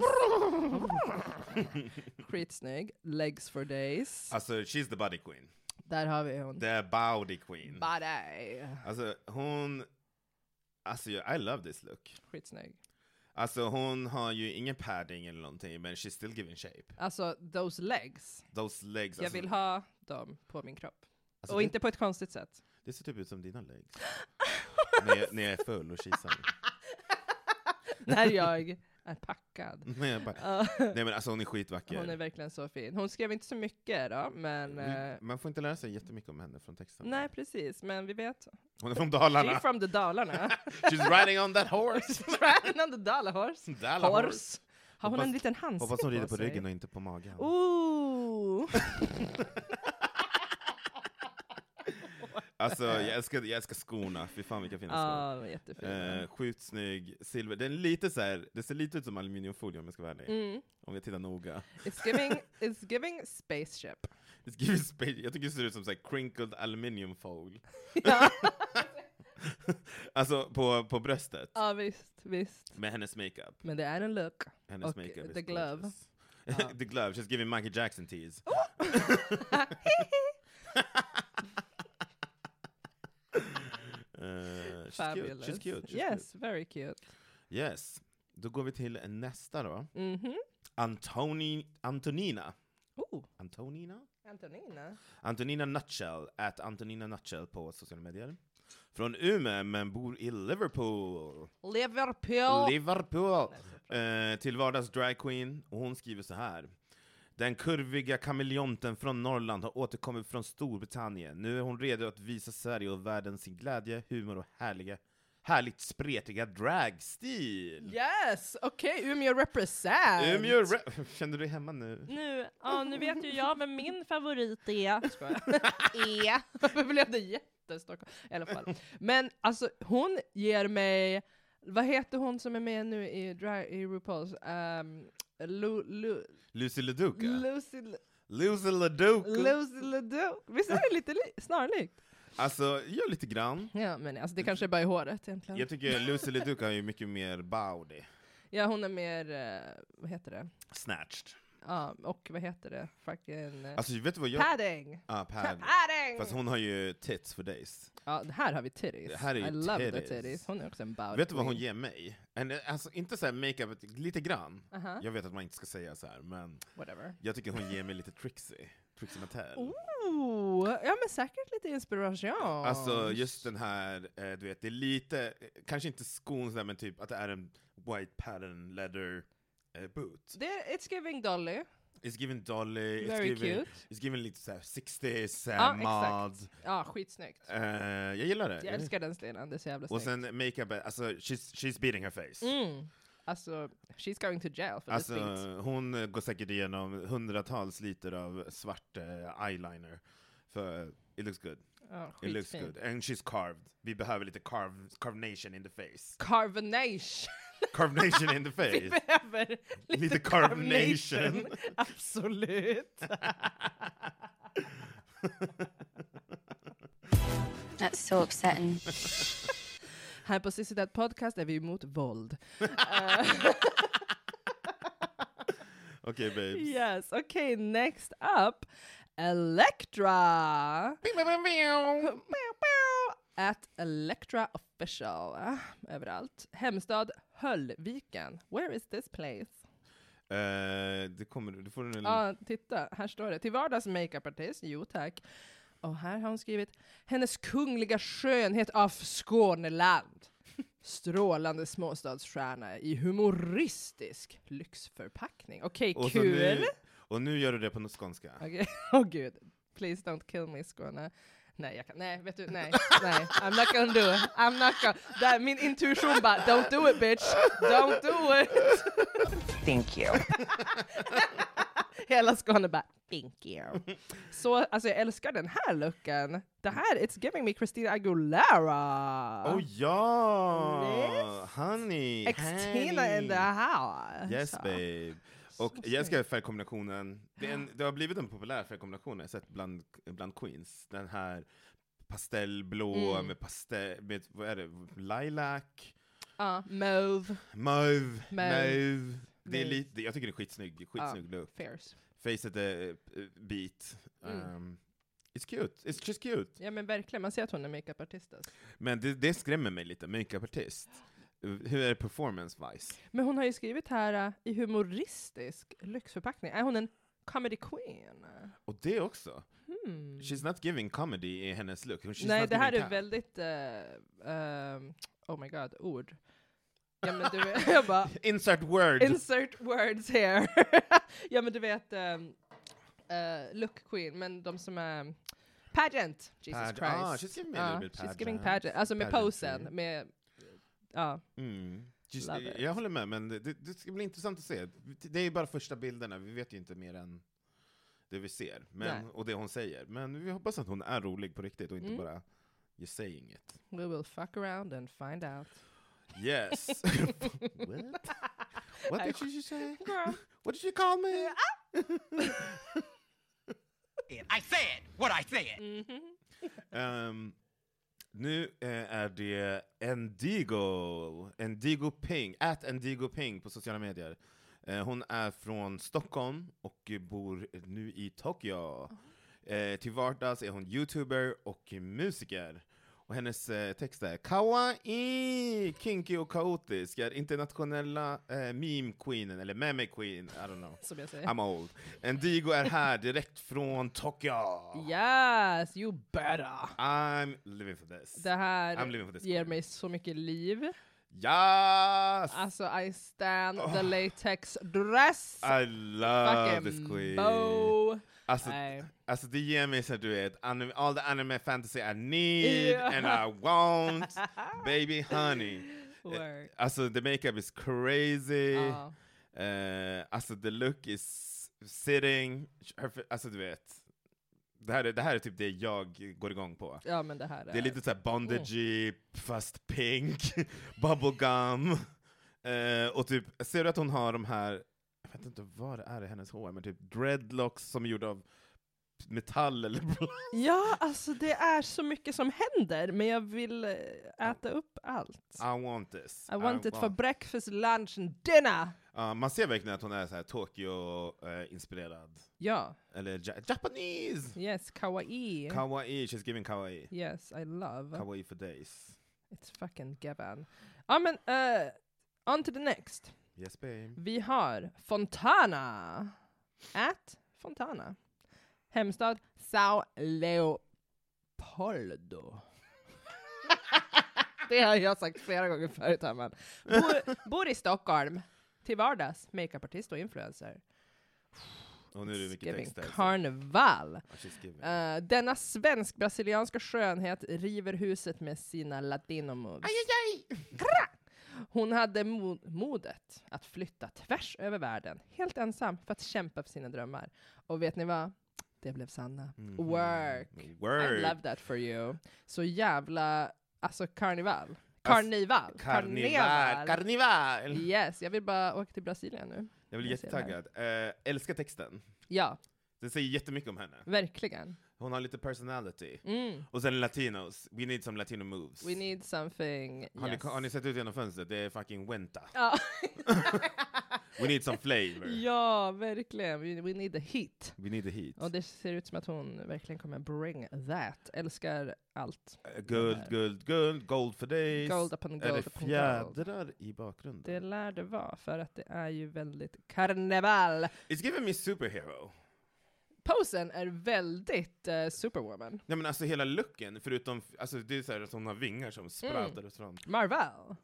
Skitsnygg. Legs for days. Alltså she's the body queen. Där har vi hon. The body queen. Body. Alltså hon, alltså I love this look. Skitsnygg. Alltså hon har ju ingen padding eller någonting, men she's still giving shape. Alltså, those legs. Those legs. Jag alltså, vill ha dem på min kropp. alltså, Och det, inte på ett konstigt sätt. det ser typ ut som dina legs. när, jag, när jag är full och kisar. När jag är packad. Nej, jag bara, Ja. nej men alltså hon är skitvacker. Hon är verkligen så fin. Hon skrev inte så mycket då, men... eh, Man får inte lära sig jättemycket om henne från texten. nej, precis. Men vi vet. Hon är från She's Dalarna. from the Dalarna. She's riding on that horse. Riding on the Dala horse. Dala horse. Horse. Har hon Hoppas- en liten handske Hoppas hon rider på sig? ryggen och inte på magen. Ooh. Alltså jag älskar, jag älskar skorna, fy fan vilka fina skor. Ja, de är jättefina. Eh, sjukt snygg, silver. Den är lite så här, det ser lite ut som aluminiumfolie om jag ska vara ärlig. Mm. Om jag tittar noga. It's giving, it's giving spaceship. It's giving space. Jag tycker det ser ut som så här crinkled aluminium foil. Ja. Alltså på, på bröstet. Ja, visst, visst. Med hennes makeup. Men det är en look. Hennes Och makeup the is glove. gorgeous. Ja. The glove, she's giving Michael Jackson tease. Uh, she's Fabulous. cute. She's cute. She's yes, very cute. cute. Yes. Då går vi till nästa då. Mhm. Antoni, Antonina. Oh, Antonina? Antonina. Antonina Nutshell, at Antonina Nutshell på sociala medier. Från Umeå, men bor i Liverpool. Liverpool. Liverpool! Eh, till vardags drag queen, och hon skriver så här. Den kurviga kameleonten från Norrland har återkommit från Storbritannien. Nu är hon redo att visa Sverige och världen sin glädje, humor och härliga, härligt spretiga dragstil. Yes, okej, okay, Umeå represent. Umeå re- Känner du dig hemma nu? Nu, ja, nu vet ju jag vem min favorit är. Skojar. är. Varför blev det jättestockholm? I alla fall. Men alltså, hon ger mig, vad heter hon som är med nu i, dra- i RuPaul's? Um, Lu, Lu, Lucy LaDuca. Lucy, Lucy LaDuca. Lucy Ledoux. Visst är det lite li- snarlikt? Alltså, ja, lite grann. Ja, men alltså, det kanske är bara i håret egentligen. Jag tycker Lucy LaDuca har ju mycket mer body. Ja, hon är mer, eh, vad heter det? Snatched. Ja, och vad heter det? Fucking eh, Alltså, vet du vad jag... padding! Ah, pad. Padding! Fast hon har ju tits for days. Ja, det här har vi titties. Det här är ju I love the titties. titties. Hon är också en bowdy Vet du vad hon queen. ger mig? En, alltså, inte så här makeup, lite grann. Aha, Jag vet att man inte ska säga så här, men whatever. jag tycker hon ger mig lite Trixie. Trixie Mattel. Ooh, ja men säkert lite inspiration. Alltså just den här, eh, du vet, det är lite, eh, kanske inte skon så där, men typ att det är en white pattern leather eh, boot. Det, it's giving Dolly. It's given Dolly, it's Very given, cute. it's given lite såhär sextio's uh, Ja, mod. exakt. Ja, skitsnyggt. Uh, jag gillar det. Jag älskar den stilen, det är så jävla Och snyggt. sen makeup, alltså she's, she's beating her face. Mm. Alltså, she's going to jail for Alltså this beat. hon uh, går säkert igenom hundratals liter av svart uh, eyeliner. För it looks good. Ja, It looks skitfin. good. And she's carved. Vi behöver lite carv, carvnation in the face. Carvnation. Carvnation in the Vi face. behöver lite, Lite carvnation. carvnation. Absolut. That's so upsetting. Här på Sissi Dat Podcast är vi emot våld. Okay, babes. Yes, okay, next up, Electra. At Electra Official. Ah, överallt. Hemstad Höllviken. Where is this place? Uh, det kommer du får en Ja, ah, titta. Här står det. Till vardags makeupartist. Jo, tack. Och här har hon skrivit hennes kungliga skönhet av Skåneland. Strålande småstadsstjärna i humoristisk lyxförpackning. Okej, okay, kul. Nu, och nu gör du det på något skånska. Okej, okay. Åh oh, gud. Please don't kill me, Skåne. Nej, jag kan, nej, vet du, nej, nej. I'm not gonna do it. I'm not gonna, där, min intuition bara, don't do it bitch. Don't do it. Thank you. Hela Skåne bara, thank you. Så, alltså jag älskar den här looken. Det här, it's giving me Christina Aguilera. Oh ja! Yes. Honey! X-Tina honey. in the house. Yes Så. babe. Och Så jag älskar färgkombinationen. Det, är en, det har blivit en populär färgkombination jag har sett bland, bland queens. Den här pastellblå Mm. med pastell, med, vad är det? Lilac? Ja, mauve. Mauve. Mauve. Mauve. Det är Mauve. lite, jag tycker det är skitsnygg. Skitsnygg look. Fierce. Facet är uh, beat. Um, Mm. It's cute. It's just cute. Ja men verkligen, man ser att hon är makeupartist. Alltså. Men det, det skrämmer mig lite, makeupartist. Hur är det performance-wise? Men hon har ju skrivit här uh, i humoristisk lyxförpackning. Är hon en comedy queen? Och det också. Hmm. She's not giving comedy i hennes look. She's Nej, not det här giving är cat. väldigt, uh, um, oh my god, ord. Ja men du vet, jag bara, Insert word! insert words here. Ja men du vet, um, uh, look queen, men de som är pageant, Jesus Page- Christ. ah, she's giving me a Ja, little bit she's giving pageant. pageant, alltså med Pageantry. posen, med, ja. Mm. Just, Love it. jag håller med, men det, det ska bli intressant att se. Det är ju bara första bilderna, vi vet ju inte mer än det vi ser. Men, Nej. och det hon säger. Men vi hoppas att hon är rolig på riktigt och inte Mm. bara you're saying it. We will fuck around and find out. Yes! What? What did you say? Girl. What did you call me? I said what I said. Mhm. Um, nu eh, är det Endigo, Endigo Ping, at Endigo Ping på sociala medier. Eh, hon är från Stockholm och bor nu i Tokyo. Eh, till vardags är hon youtuber och musiker. Och hennes eh, text är kawaii, kinky och kaotisk, är internationella eh, meme queenen, eller meme queen, I don't know. Som jag säger. I'm old. Endigo är här direkt från Tokyo. Yes, you better. I'm living for this. Det här I'm living for this ger queen. mig så mycket liv. Yes! Alltså, I stand Oh. the latex dress. I love this Fucking queen. bow. Alltså, Nej. alltså det ger mig så du vet, anime, all the anime fantasy I need Yeah. and I want. Baby honey. Work. Alltså the makeup is crazy. Ja. Uh, alltså the look is sitting. Her, alltså du vet. Det här, är, det här är typ det jag går igång på. Ja, men det här är... Det är lite såhär bondagey, fast pink, bubblegum. Uh, och typ, ser du att hon har de här, jag vet inte vad det är i hennes hår, men typ dreadlocks som är gjorda av metall eller blå. Ja, alltså det är så mycket som händer, men jag vill eh, äta upp allt. I want this. I want it want- for breakfast, lunch and dinner. Ja, man ser verkligen att hon är så här Tokyo-inspirerad. Ja, Eller ja- Japanese! yes, kawaii. Kawaii, she's giving kawaii. Yes, I love. Kawaii for days. It's fucking given. Ja, men uh, on to the next. Yes babe. Vi har Fontana. At Fontana. Hemstad Sao Leopoldo. Det har jag sagt flera gånger förut här, men bor, bor i Stockholm. Till vardags makeupartist och influencer. Och nu är det mycket Giving text där. så- karneval. Ja, she's giving. Uh, denna svensk-brasilianska skönhet river huset med sina latino-moves. Hon hade mod- modet att flytta tvärs över världen, helt ensam, för att kämpa för sina drömmar. Och vet ni vad? Det blev sanna. Mhm. Work. Word. I love that for you. Så jävla, alltså karneval. Karneval. Karneval. Karneval. Yes, jag vill bara åka till Brasilien nu. Jag blir Jag ser det här. jättetaggad. Eh, älskar texten. Ja, Den säger jättemycket om henne. verkligen. Hon har lite personality. Mm. Och sen latinos. We need some latino moves. We need something. Har, Yes. ni, har ni sett ut genom fönstret? Det är fucking Wenta. Ja. We need some flavor. Ja, verkligen. We, we need the heat. We need the heat. Och det ser ut som att hon verkligen kommer bring that. Älskar allt. Uh, guld, guld, guld. Gold för dig. Gold upon Är gold det upon gold. fjädrar i bakgrunden? Det lär det vara, för att det är ju väldigt karneval. It's giving me superhero. Posen är väldigt uh, Superwoman. Ja, men alltså hela looken, förutom, alltså det är så här att hon har vingar som sproutar Mm. ut från. Marvel.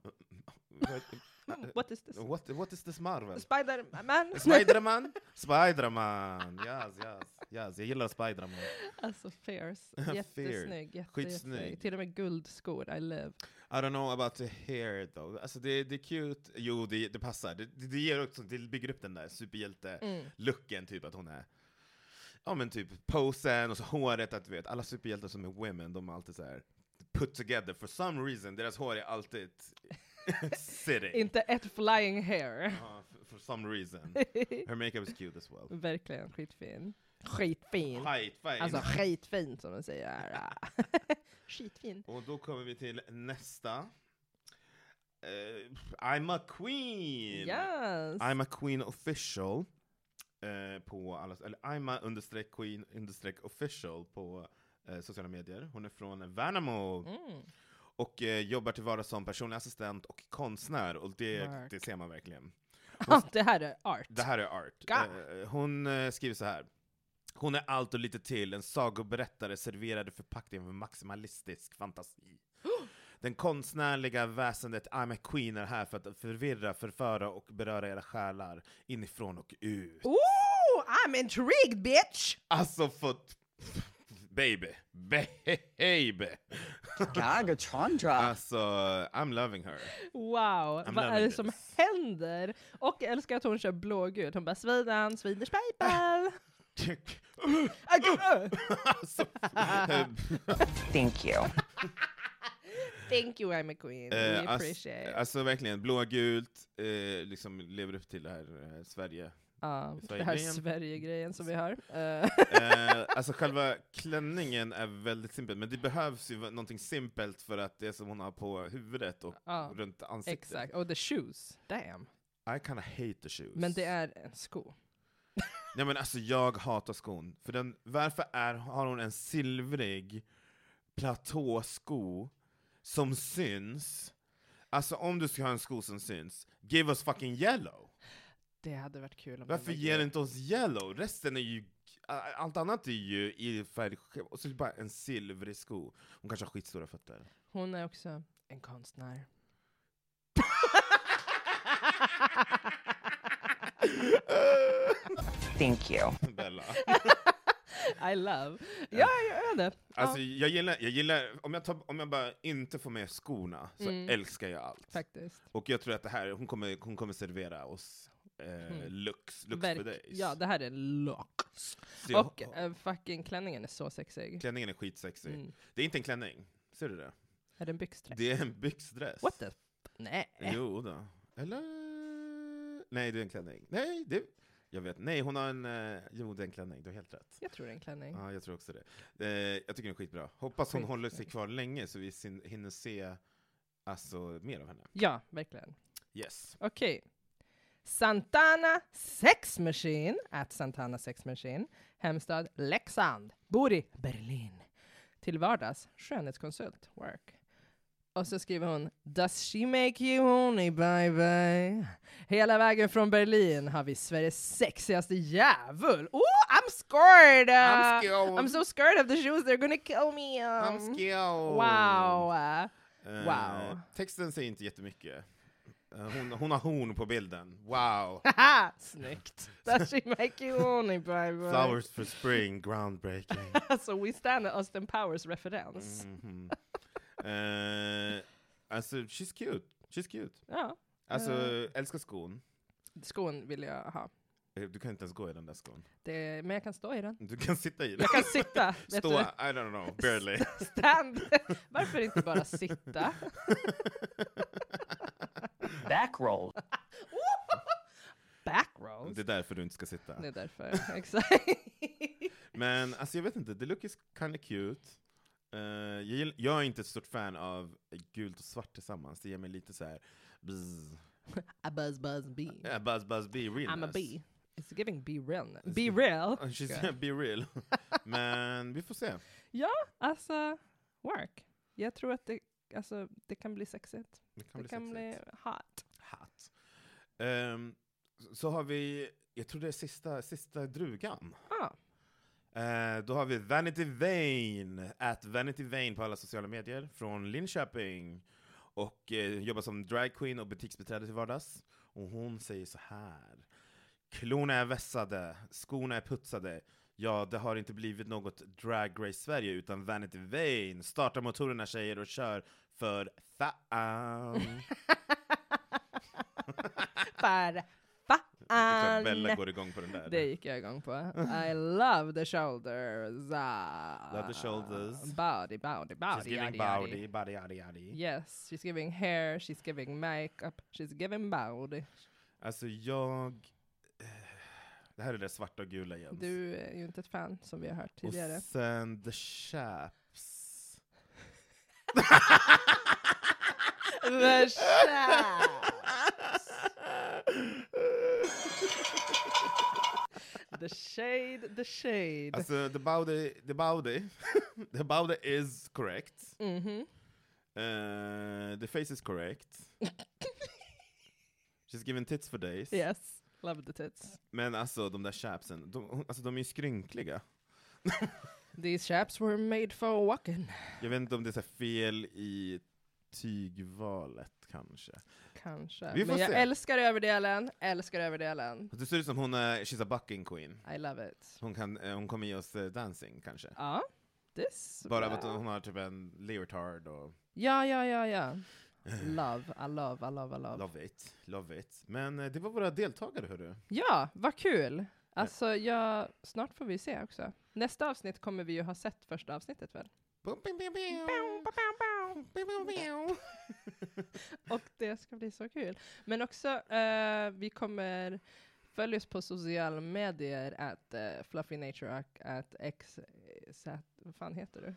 What, What is this? what, what is this Marvel? Spider-Man. Spiderman? Spiderman, yes, yes, yes. Jag gillar Spiderman. Alltså fierce. Fierce. Jättesnygg. Jätte, Skitsnygg. jättesnygg. Till och med guldskor. I live. I don't know about the hair though. Alltså det, det är cute, jo det, det passar. Det, det, det ger också, det bygger upp den där superhjälte-looken, Mm. typ att hon är, ja men typ posen och så håret, att du vet, alla superhjältar som är women, de är alltid så här put together for some reason. Deras hår är alltid sitting. Inte ett flying hair. Ja, for, for some reason. Her makeup is cute as well. Verkligen skitfin. Skitfin. Skitfin. Alltså skitfin som man säger. Skitfin. Och då kommer vi till nästa. Uh, I'm a queen! Yes. I'm a queen official. Uh, på alla, eller I'm a understreck queen understreck official på uh, sociala medier. Hon är från Värnamo. Mm. Och uh, jobbar till vardags som personlig assistent och konstnär. Och det, Work. det ser man verkligen. Ja, det här är art. Det här är art. God. Uh, hon uh, skriver så här. Hon är allt och lite till, en sagoberättare serverade förpackning med maximalistisk fantasi. Den konstnärliga väsendet I'm a queen är här för att förvirra, förföra och beröra era själar inifrån och ut. Ooh, I'm intrigued, bitch! Alltså för... Baby. Baby. Gagatron Alltså, I'm loving her. Wow, I'm vad är loving det this. som händer? Och jag älskar att hon kör blågult. Hon bara, Sweden, Swedish people. Alltså, Thank you. Thank you, I'm a queen. Eh, We ass- appreciate. alltså verkligen, blågult, eh, liksom lever upp till det här eh, Sverige. Ja, det här Sverige-grejen. Sverige-grejen som vi har. Eh, Eh, alltså själva klänningen är väldigt simpel, men det behövs ju någonting simpelt för att det som hon har på huvudet och Ja, runt ansiktet. exakt. Och the shoes. Damn. I kinda hate the shoes. Men det är en sko. Nej men alltså jag hatar skon. För den, varför är, har hon en silvrig platåsko som syns? Alltså om du ska ha en sko som syns, give us fucking yellow. Det hade varit kul om den Varför var ger grön. du inte oss yellow? Resten är ju, allt annat är ju i färg, och så är det bara en silvrig sko. Hon kanske har skitstora fötter. Hon är också en konstnär. Thank you. Bella. I love. Ja, jag är det. Alltså Ja, jag gillar, jag gillar om, jag tar, om jag bara inte får med skorna så Mm. älskar jag allt. faktiskt. Och jag tror att det här, hon kommer, hon kommer servera oss eh, Mm. looks, looks Verk- för dig. Ja, det här är locks. Så jag- Och äh, fucking klänningen är så sexig. klänningen är skitsexig. Mm. Det är inte en klänning, ser du det? Är det en byxdräkt? Det är en byxdress. What the f- Nej. Jo då. Eller? Nej, det är en klänning. Nej, det... Jag vet. Nej, hon har en... Uh, jo, det är en klänning. Du har helt rätt. Jag tror det är en klänning. Ja, jag tror också det. Eh, jag tycker den är skitbra. Hoppas hon Skitsnygg. håller sig kvar länge så vi sin, hinner se alltså, mer av henne. Ja, verkligen. Yes. Okej. Santana Sex Machine, at Santana Sex Machine, hemstad Leksand, bor i Berlin. Till vardags skönhetskonsult, work. Och så skriver hon, does she make you horny, baby? Hela vägen från Berlin har vi Sveriges sexigaste djävul. Oh, I'm scared! Uh, I'm scared. I'm so scared of the shoes, they're gonna kill me. Um, I'm scared. Wow. Eh, Wow. Texten säger inte jättemycket. Eh, hon, hon har horn på bilden. Wow! Haha, snyggt! That she make you horny, baby. Flowers for spring, groundbreaking. So we stand at Austin Powers referens. Mhm. Eh, alltså, she's cute. She's cute. Ja, Alltså, Eh. älskar skon. skon vill jag ha. Eh, Du kan inte ens gå i den där skon. Det, men jag kan stå i den. Du kan sitta i den. Jag kan sitta. vet Stå, du? I don't know, barely. Stand. Varför inte bara sitta? Backroll. Backrolls. Det är därför du inte ska sitta. Det är därför, exakt. Men alltså jag vet inte, the look is kind of cute. Eh, jag, gill- jag är inte ett stort fan av gult och svart tillsammans. Det ger mig lite så här bzz. A buzz buzz bee. Yeah, buzz buzz be realness. I'm a bee. It's giving be real. Be real. Oh, she's be real. Men vi får se. Alltså, work. Jag tror att det, alltså, det kan bli sexigt. Det kan Det bli kan bli sexigt. hot. Hot. Ehm, så- så har vi, jag tror det är sista, sista drugan. Ah. Eh, då har vi Vanity Vane, at Vanity Vane på alla sociala medier, från Linköping. Och eh, jobbar som dragqueen och butiksbiträde till vardags. Och hon säger så här: klorna är vässade, skorna är putsade. Ja, det har inte blivit något Drag Race Sverige utan Vanity Vane. Starta motorerna tjejer och kör för fan. För Det är klart Bella fan. går igång på den där. Det gick jag igång på. I love the shoulders. Ah. Love the shoulders. Body, body, body. She's giving yadi, yadi. body, body, yadi, yadi. Yes, she's giving hair, she's giving makeup, she's giving body. Alltså jag... eh, Det här är det svarta och gula igen. Du är ju inte ett fan, som vi har hört tidigare. Och sen The Chaps. The Chaps. The shade, the shade. Alltså, the body, the body, the body is correct. Mhm. Uh, the face is correct. She's given tits for days. Yes, love the tits. Men alltså, de där chapsen, de, alltså, de är ju skrynkliga. These chaps were made for walking. Jag vet inte om det är så här fel i tygvalet, kanske. Kanske. Vi får Men jag se. älskar överdelen, älskar överdelen. Det ser ut som hon är, she's a bucking queen. I love it. Hon, kan, eh, hon kommer ge oss eh, dancing, kanske. Ja, this. Bara för att hon har typ en leotard och... Ja, ja, ja, ja. Love, I love, I love, I love. Love it, love it. Men eh, det var våra deltagare, hörru. Ja, vad kul. Alltså, ja, snart får vi se också. Nästa avsnitt kommer vi ju ha sett första avsnittet väl? Och det ska bli så kul. Men också, eh, vi kommer följa oss på sociala medier at uh, Fluffy Nature och at X... Vad fan heter du?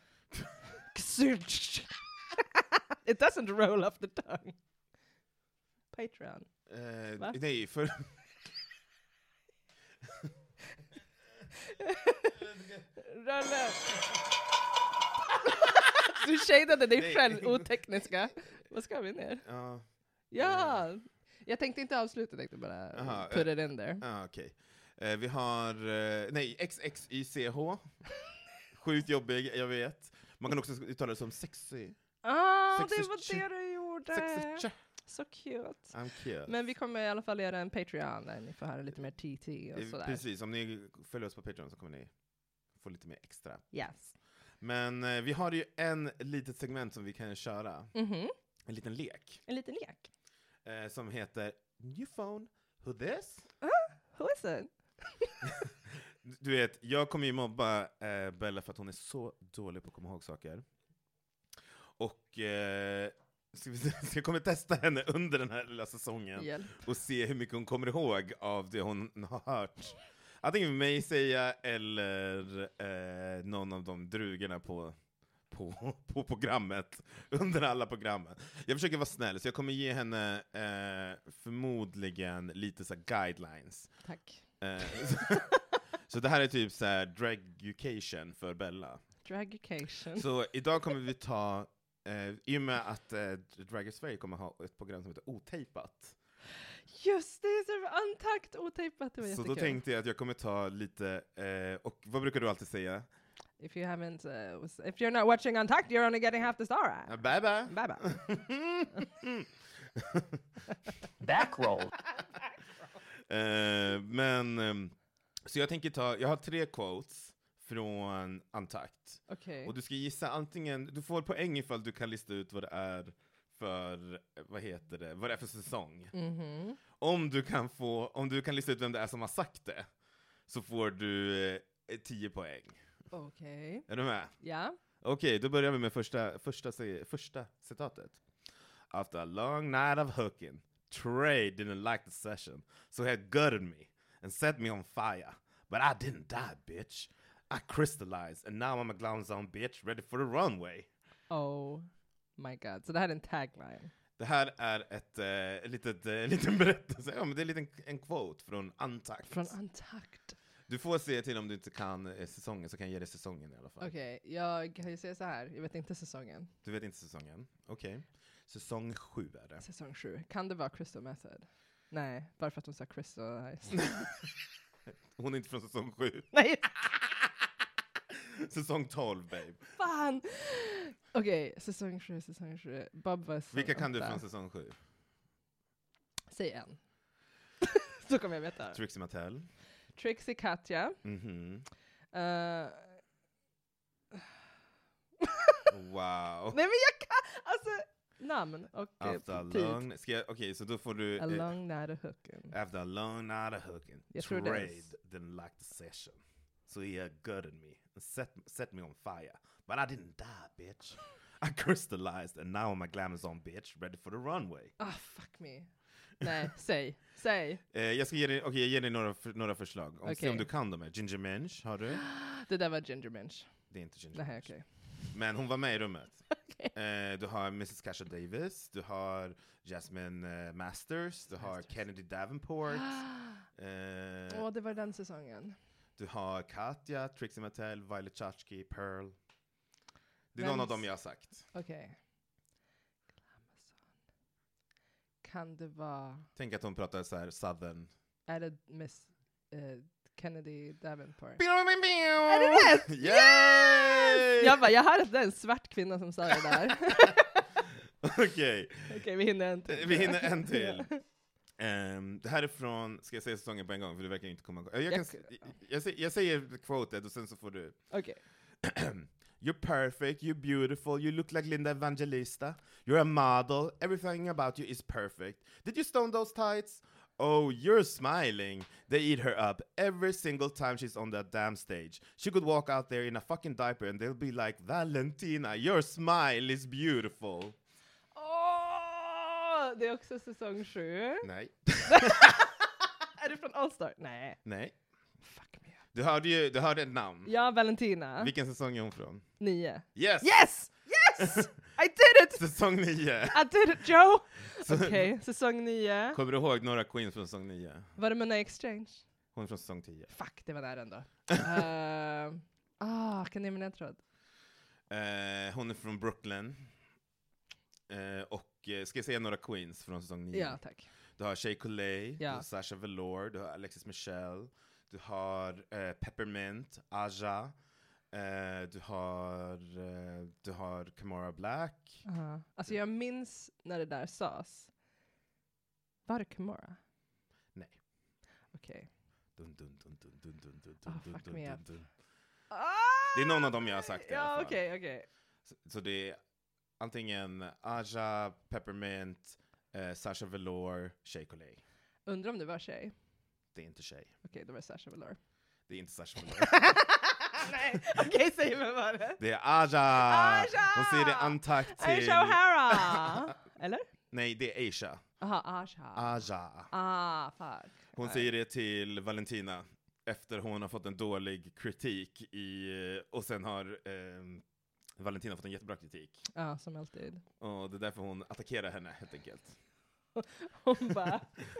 It doesn't roll off the tongue. Patreon. Eh, Va? nej, för... Rulla. Du shadade dig Nej. själv, otekniska. Vad ska vi ner? Ja, Ja! Jag tänkte inte avsluta, jag tänkte bara Aha, put it in there. ah, okej. Eh, vi har, eh, nej, X X Y C H. Sjukt jobbig, jag vet. Man kan också uttala det som sexy. Ah, Sexy det var ch- det du gjorde! Sexy ch- Så cute. I'm cute. Men vi kommer i alla fall göra en Patreon där ni får höra lite mer T T och Eh, sådär. Precis, om ni följer oss på Patreon så kommer ni få lite mer extra. Yes. Men eh, vi har ju en litet segment som vi kan köra. Mhm. En liten lek. En liten lek. Eh, som heter New Phone, Who This? Who is it? Du vet, jag kommer ju mobba eh, Bella för att hon är så dålig på att komma ihåg saker. Och eh, ska vi se, så jag kommer testa henne under den här lilla säsongen Hjälp. och se hur mycket hon kommer ihåg av det hon har hört. Antingen mig säga eller eh, någon av de drugorna på, på, på programmet, under alla programmen. Jag försöker vara snäll, så jag kommer ge henne eh, förmodligen lite så här guidelines. Tack. Eh, så, så det här är typ så här dragucation för Bella. Dragucation. Så idag kommer vi ta, eh, i och med att eh, Drag Race Sverige kommer ha ett program som heter Otejpat. Just det, är så untacked otejpat. Det var Så jättekul. då tänkte jag att jag kommer ta lite, eh, och vad brukar du alltid säga? If you haven't, uh, was- if you're not watching Untucked, you're only getting half the star. Uh, bye bye! Bye bye. Backroll. Eh, men, ehm, så jag tänker ta, jag har tre quotes från Antakt. Okej. Och du ska gissa antingen, du får poäng ifall du kan lista ut vad det är för, vad heter det, vad det är för säsong. Mhm. Om du kan få, om du kan lista ut vem det är som har sagt det, så får du eh, tio poäng. Okej. Är du med? Ja. Okej, då börjar vi med första, första, se- första citatet. After a long night of hooking, Trey didn't like the session, so he had gutted me and set me on fire. But I didn't die, bitch. I crystallized, and now I'm a glamazon bitch ready for the runway. Oh my god. Så det här är en tagline. Det här är ett eh, litet, eh, liten berättelse, ja, men det är en liten en quote från Antakt. Från Antakt. Du får se till om du inte kan eh, säsongen, så kan jag ge dig säsongen i alla fall. Okej, jag kan ju säga så här. Jag vet inte säsongen. Du vet inte säsongen? Okej. Säsong sju är det. Säsong sju. Kan det vara Crystal Method? Nej, bara för att hon sa Crystal. Hon är inte från säsong sju. Nej, Säsong tolv, babe. fan! Okej, säsong sju, säsong sju. Bob var så Vilka kan du åtta. från säsong sju? Säg en. Så kommer jag veta. Trixie Mattel. Trixie Katja. Mhm. Uh, Wow. nej men jag kan, alltså namn och eh, After a tid. long... Ska jag, okej, så då får du... A eh, long night of hooking. After a long night of hooking, Jag tror det är- Trade didn't like the session. So he had gutted me and set, set me on fire. But I didn't die, bitch. I crystallized and now I'm a glamazon bitch ready for the runway. Ah, fuck me. Nej, säg. Säg. Eh, jag ska ge dig, okay, jag ger dig några, för, några förslag. Om, Se Okej. om du kan dem. Här. Ginger Minch, har du? Det där var Ginger Minch. Det är inte Ginger Nej, Minch. okej. Men hon var med i rummet. Okej. Eh, du har missus Kasha Davis, du har Jasmine eh, Masters, du har Masters. Kennedy Davenport, Åh, eh, det var den säsongen. du har Katja, Trixie Mattel, Violet Chachki, Pearl. Det är Vems- någon av dem jag har sagt. Okej. Kan det vara... Tänk att hon pratar så här southern. Är det Miss eh, Kennedy Davenport? Är det rätt? Yay! Jag bara, jag hörde att det är en svart kvinna som sa det där. Okej, Okej, vi hinner en till. vi hinner en till. Ehm, det här är från, ska jag säga säsongen på en gång för du verkar inte komma ihåg. Jag, kan, Jag- s- jag, säger, jag säger quoted och sen så får du. Okej. You're perfect, you're beautiful, you look like Linda Evangelista, you're a model, everything about you is perfect. Did you stone those tights? Oh, you're smiling. They eat her up every single time she's on that damn stage. She could walk out there in a fucking diaper and they'll be like, Valentina, your smile is beautiful. Åh, det är också säsong sju. Nej. Är det från All Star? Nej. Nej. Fuck me. Du hörde ju, du hörde ett namn. Ja, Valentina. Vilken säsong är hon från? Nio. Yes! Yes! Yes! I did it! Säsong nio. I did it, Joe! Så- Okej, säsong nio. Kommer du ihåg några queens från säsong nio? Var det Money Exchange? Hon är från säsong tio. Fuck, det var nära ändå. uh, ah, kan ni nämna en tråd? Eh, hon är från Brooklyn. Eh, och eh, ska jag säga några queens från säsong nio? Ja, tack. Du har Shea Coulee, Ja. du har Sasha Velour, du har Alexis Michelle, du har eh, Peppermint, Aja, eh, du har eh, du har Kamara Black. Uh, alltså jag minns när det där sades. Var det Kimura? Nej. Okej. Dun, dun, dun, dun, dun, dun, dun, Ah, dun, fuck dun, me dun, up. dun. Ah! Det är någon av dem jag har sagt i alla Ja, fall. okej, okej. Så, så det är antingen Aja, Peppermint, eh, Sasha Velour, Shea Coulee. Undrar om det var tjej. Det är inte Shea. Okej, då var det Sasha Velour. Det är inte Sasha Velour. Nej, okej, säg vem var det? Det är Aja! Aja! Hon säger det antakt till... Aisha O'Hara! Eller? Nej, det är Aisha. Aha, Aisha. Aja. Ah, fuck. Hon Nej. säger det till Valentina efter hon har fått en dålig kritik i, och sen har eh, Valentina fått en jättebra kritik. Ja, som alltid. Och det är därför hon attackerar henne helt enkelt. Hon bara...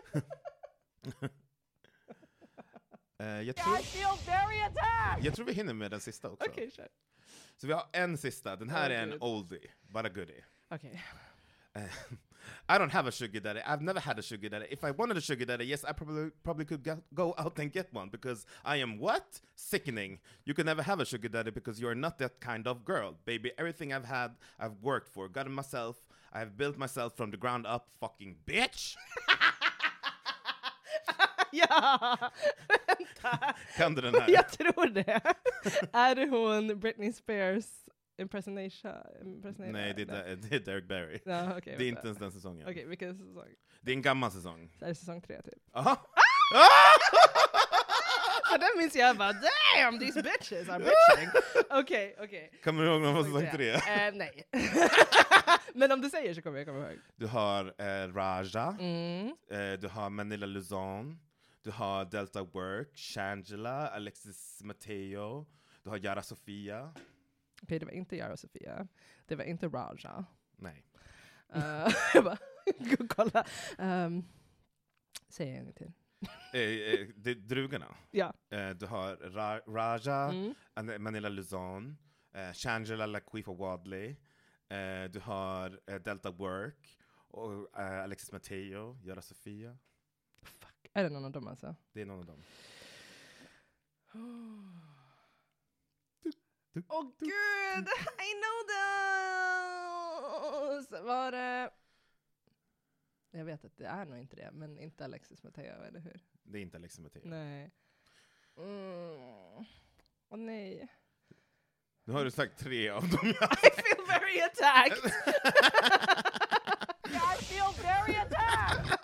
Eh, jag, tror, feel very attacked! jag tror vi hinner med den sista också. Okej, kör. Så vi har en sista. Den här Oh, är en gud. oldie, but a goodie. Okej. I don't have a sugar daddy. I've never had a sugar daddy. If I wanted a sugar daddy, yes, I probably probably could get, go out and get one because I am what? Sickening. You could never have a sugar daddy because you're not that kind of girl, baby. Everything I've had, I've worked for, gotten myself. I've built myself from the ground up, fucking bitch! Ja! Vänta! Kan du den här? Jag tror det. Är det hon Britney Spears impersonation? impersonation? Nej, det är, det är Derek Barry. Ja, okay, det är inte ens den säsongen. Okej, okay, vilken säsong? Det är en gammal säsong. Så är det säsong tre typ. Aha! För den minns jag bara, damn, these bitches are bitching. Okej, okay, okej. Okay. Kommer du ihåg någon från säsong tre? Uh, nej. Men om du säger så kommer jag komma ihåg. Du har eh, Raja, Mm. eh, du har Manila Luzon, du har Delta Work, Shangela, Alexis Mateo, du har Yara Sofia. Okej, okay, det var inte Yara Sofia. Det var inte Raja. Nej. Uh, jag bara, kolla. Um, säg en gång till. eh, eh, det är drugorna. Ja. Eh, du har Ra- Raja, Mm. An- Manila Luzon, eh, Shangela Laquifa Wadley, eh, du har eh, Delta Work, och eh, Alexis Mateo, Yara Sofia. Fuck, är det någon av dem alltså? Det är någon av dem. Åh oh, gud, I know those! Var det... Jag vet att det är nog inte det, men inte Alexis Mateo, eller hur? Det är inte Alexis Mateo. Nej. Mm. Åh nej. Nu har du sagt tre av dem. I feel very attacked! I feel very attacked!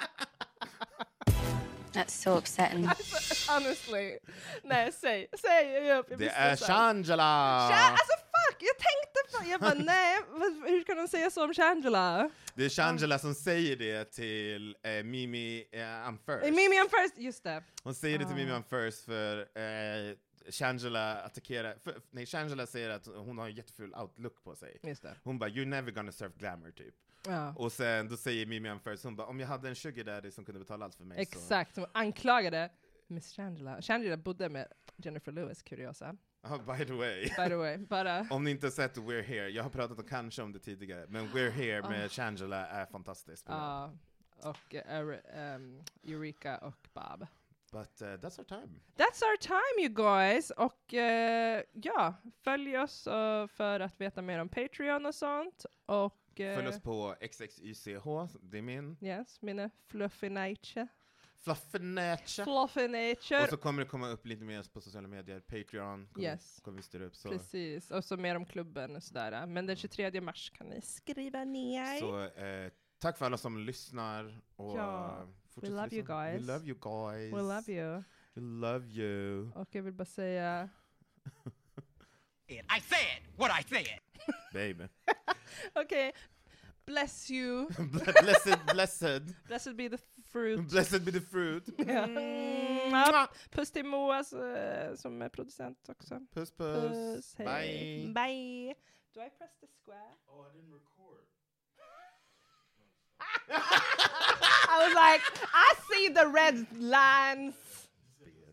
That's so upsetting. Alltså, honestly. Nej, säg. Säg. Jag, jag Det blir är stressad. Shangela! Sha- alltså fuck, jag tänkte på, jag bara nej, vad- hur kan de säga så om Shangela? Det är Shangela som säger det till eh, Mimi eh, I'm first. Eh, Mimi I'm first, just det. Hon säger det till Ah. Mimi I'm first för eh, Shangela attackerar, för, nej Shangela säger att hon har en jätteful outlook på sig. Just det. Hon bara you're never gonna serve glamour typ. Ja. Och sen då säger Mimi I'm first, hon bara om jag hade en sugar daddy som kunde betala allt för mig så. Exakt, som anklagade Miss Shangela. Shangela bodde med Jennifer Lewis, kuriosa. Oh, by the way. By the way, bara... Om ni inte har sett We're Here, jag har pratat om, kanske om det tidigare, men We're Here med Ah. Shangela är fantastiskt. Ja, och uh, um, Eureka och Bob. But uh, that's our time. That's our time you guys! Och uh, ja, följ oss uh, för att veta mer om Patreon och sånt. Och... Uh, Följ oss på X X Y C H, det är min. Yes, mina fluffy nature. Fluffy nature. Fluffy nature. Och så kommer det komma upp lite mer på sociala medier. Patreon kommer, Yes. kommer vi styra upp. Så, Precis, och så mer om klubben och sådär. Men den tjugotredje mars kan ni skriva ner. så eh, tack för alla som lyssnar. Och, Ja, eh, we love you lyssna. guys. We love you guys. We love you. We love you. Och jag vill bara säga... I said what I said. Baby. Okej, bless you. blessed, blessed. Blessed be the fruit. Blessed be the fruit. Ja. Mm. Puss till Moa eh, som är producent också. Puss, puss. Puss, hej. Bye. Bye. Do I press the square? Oh, I didn't record. I was like, I see the red lines.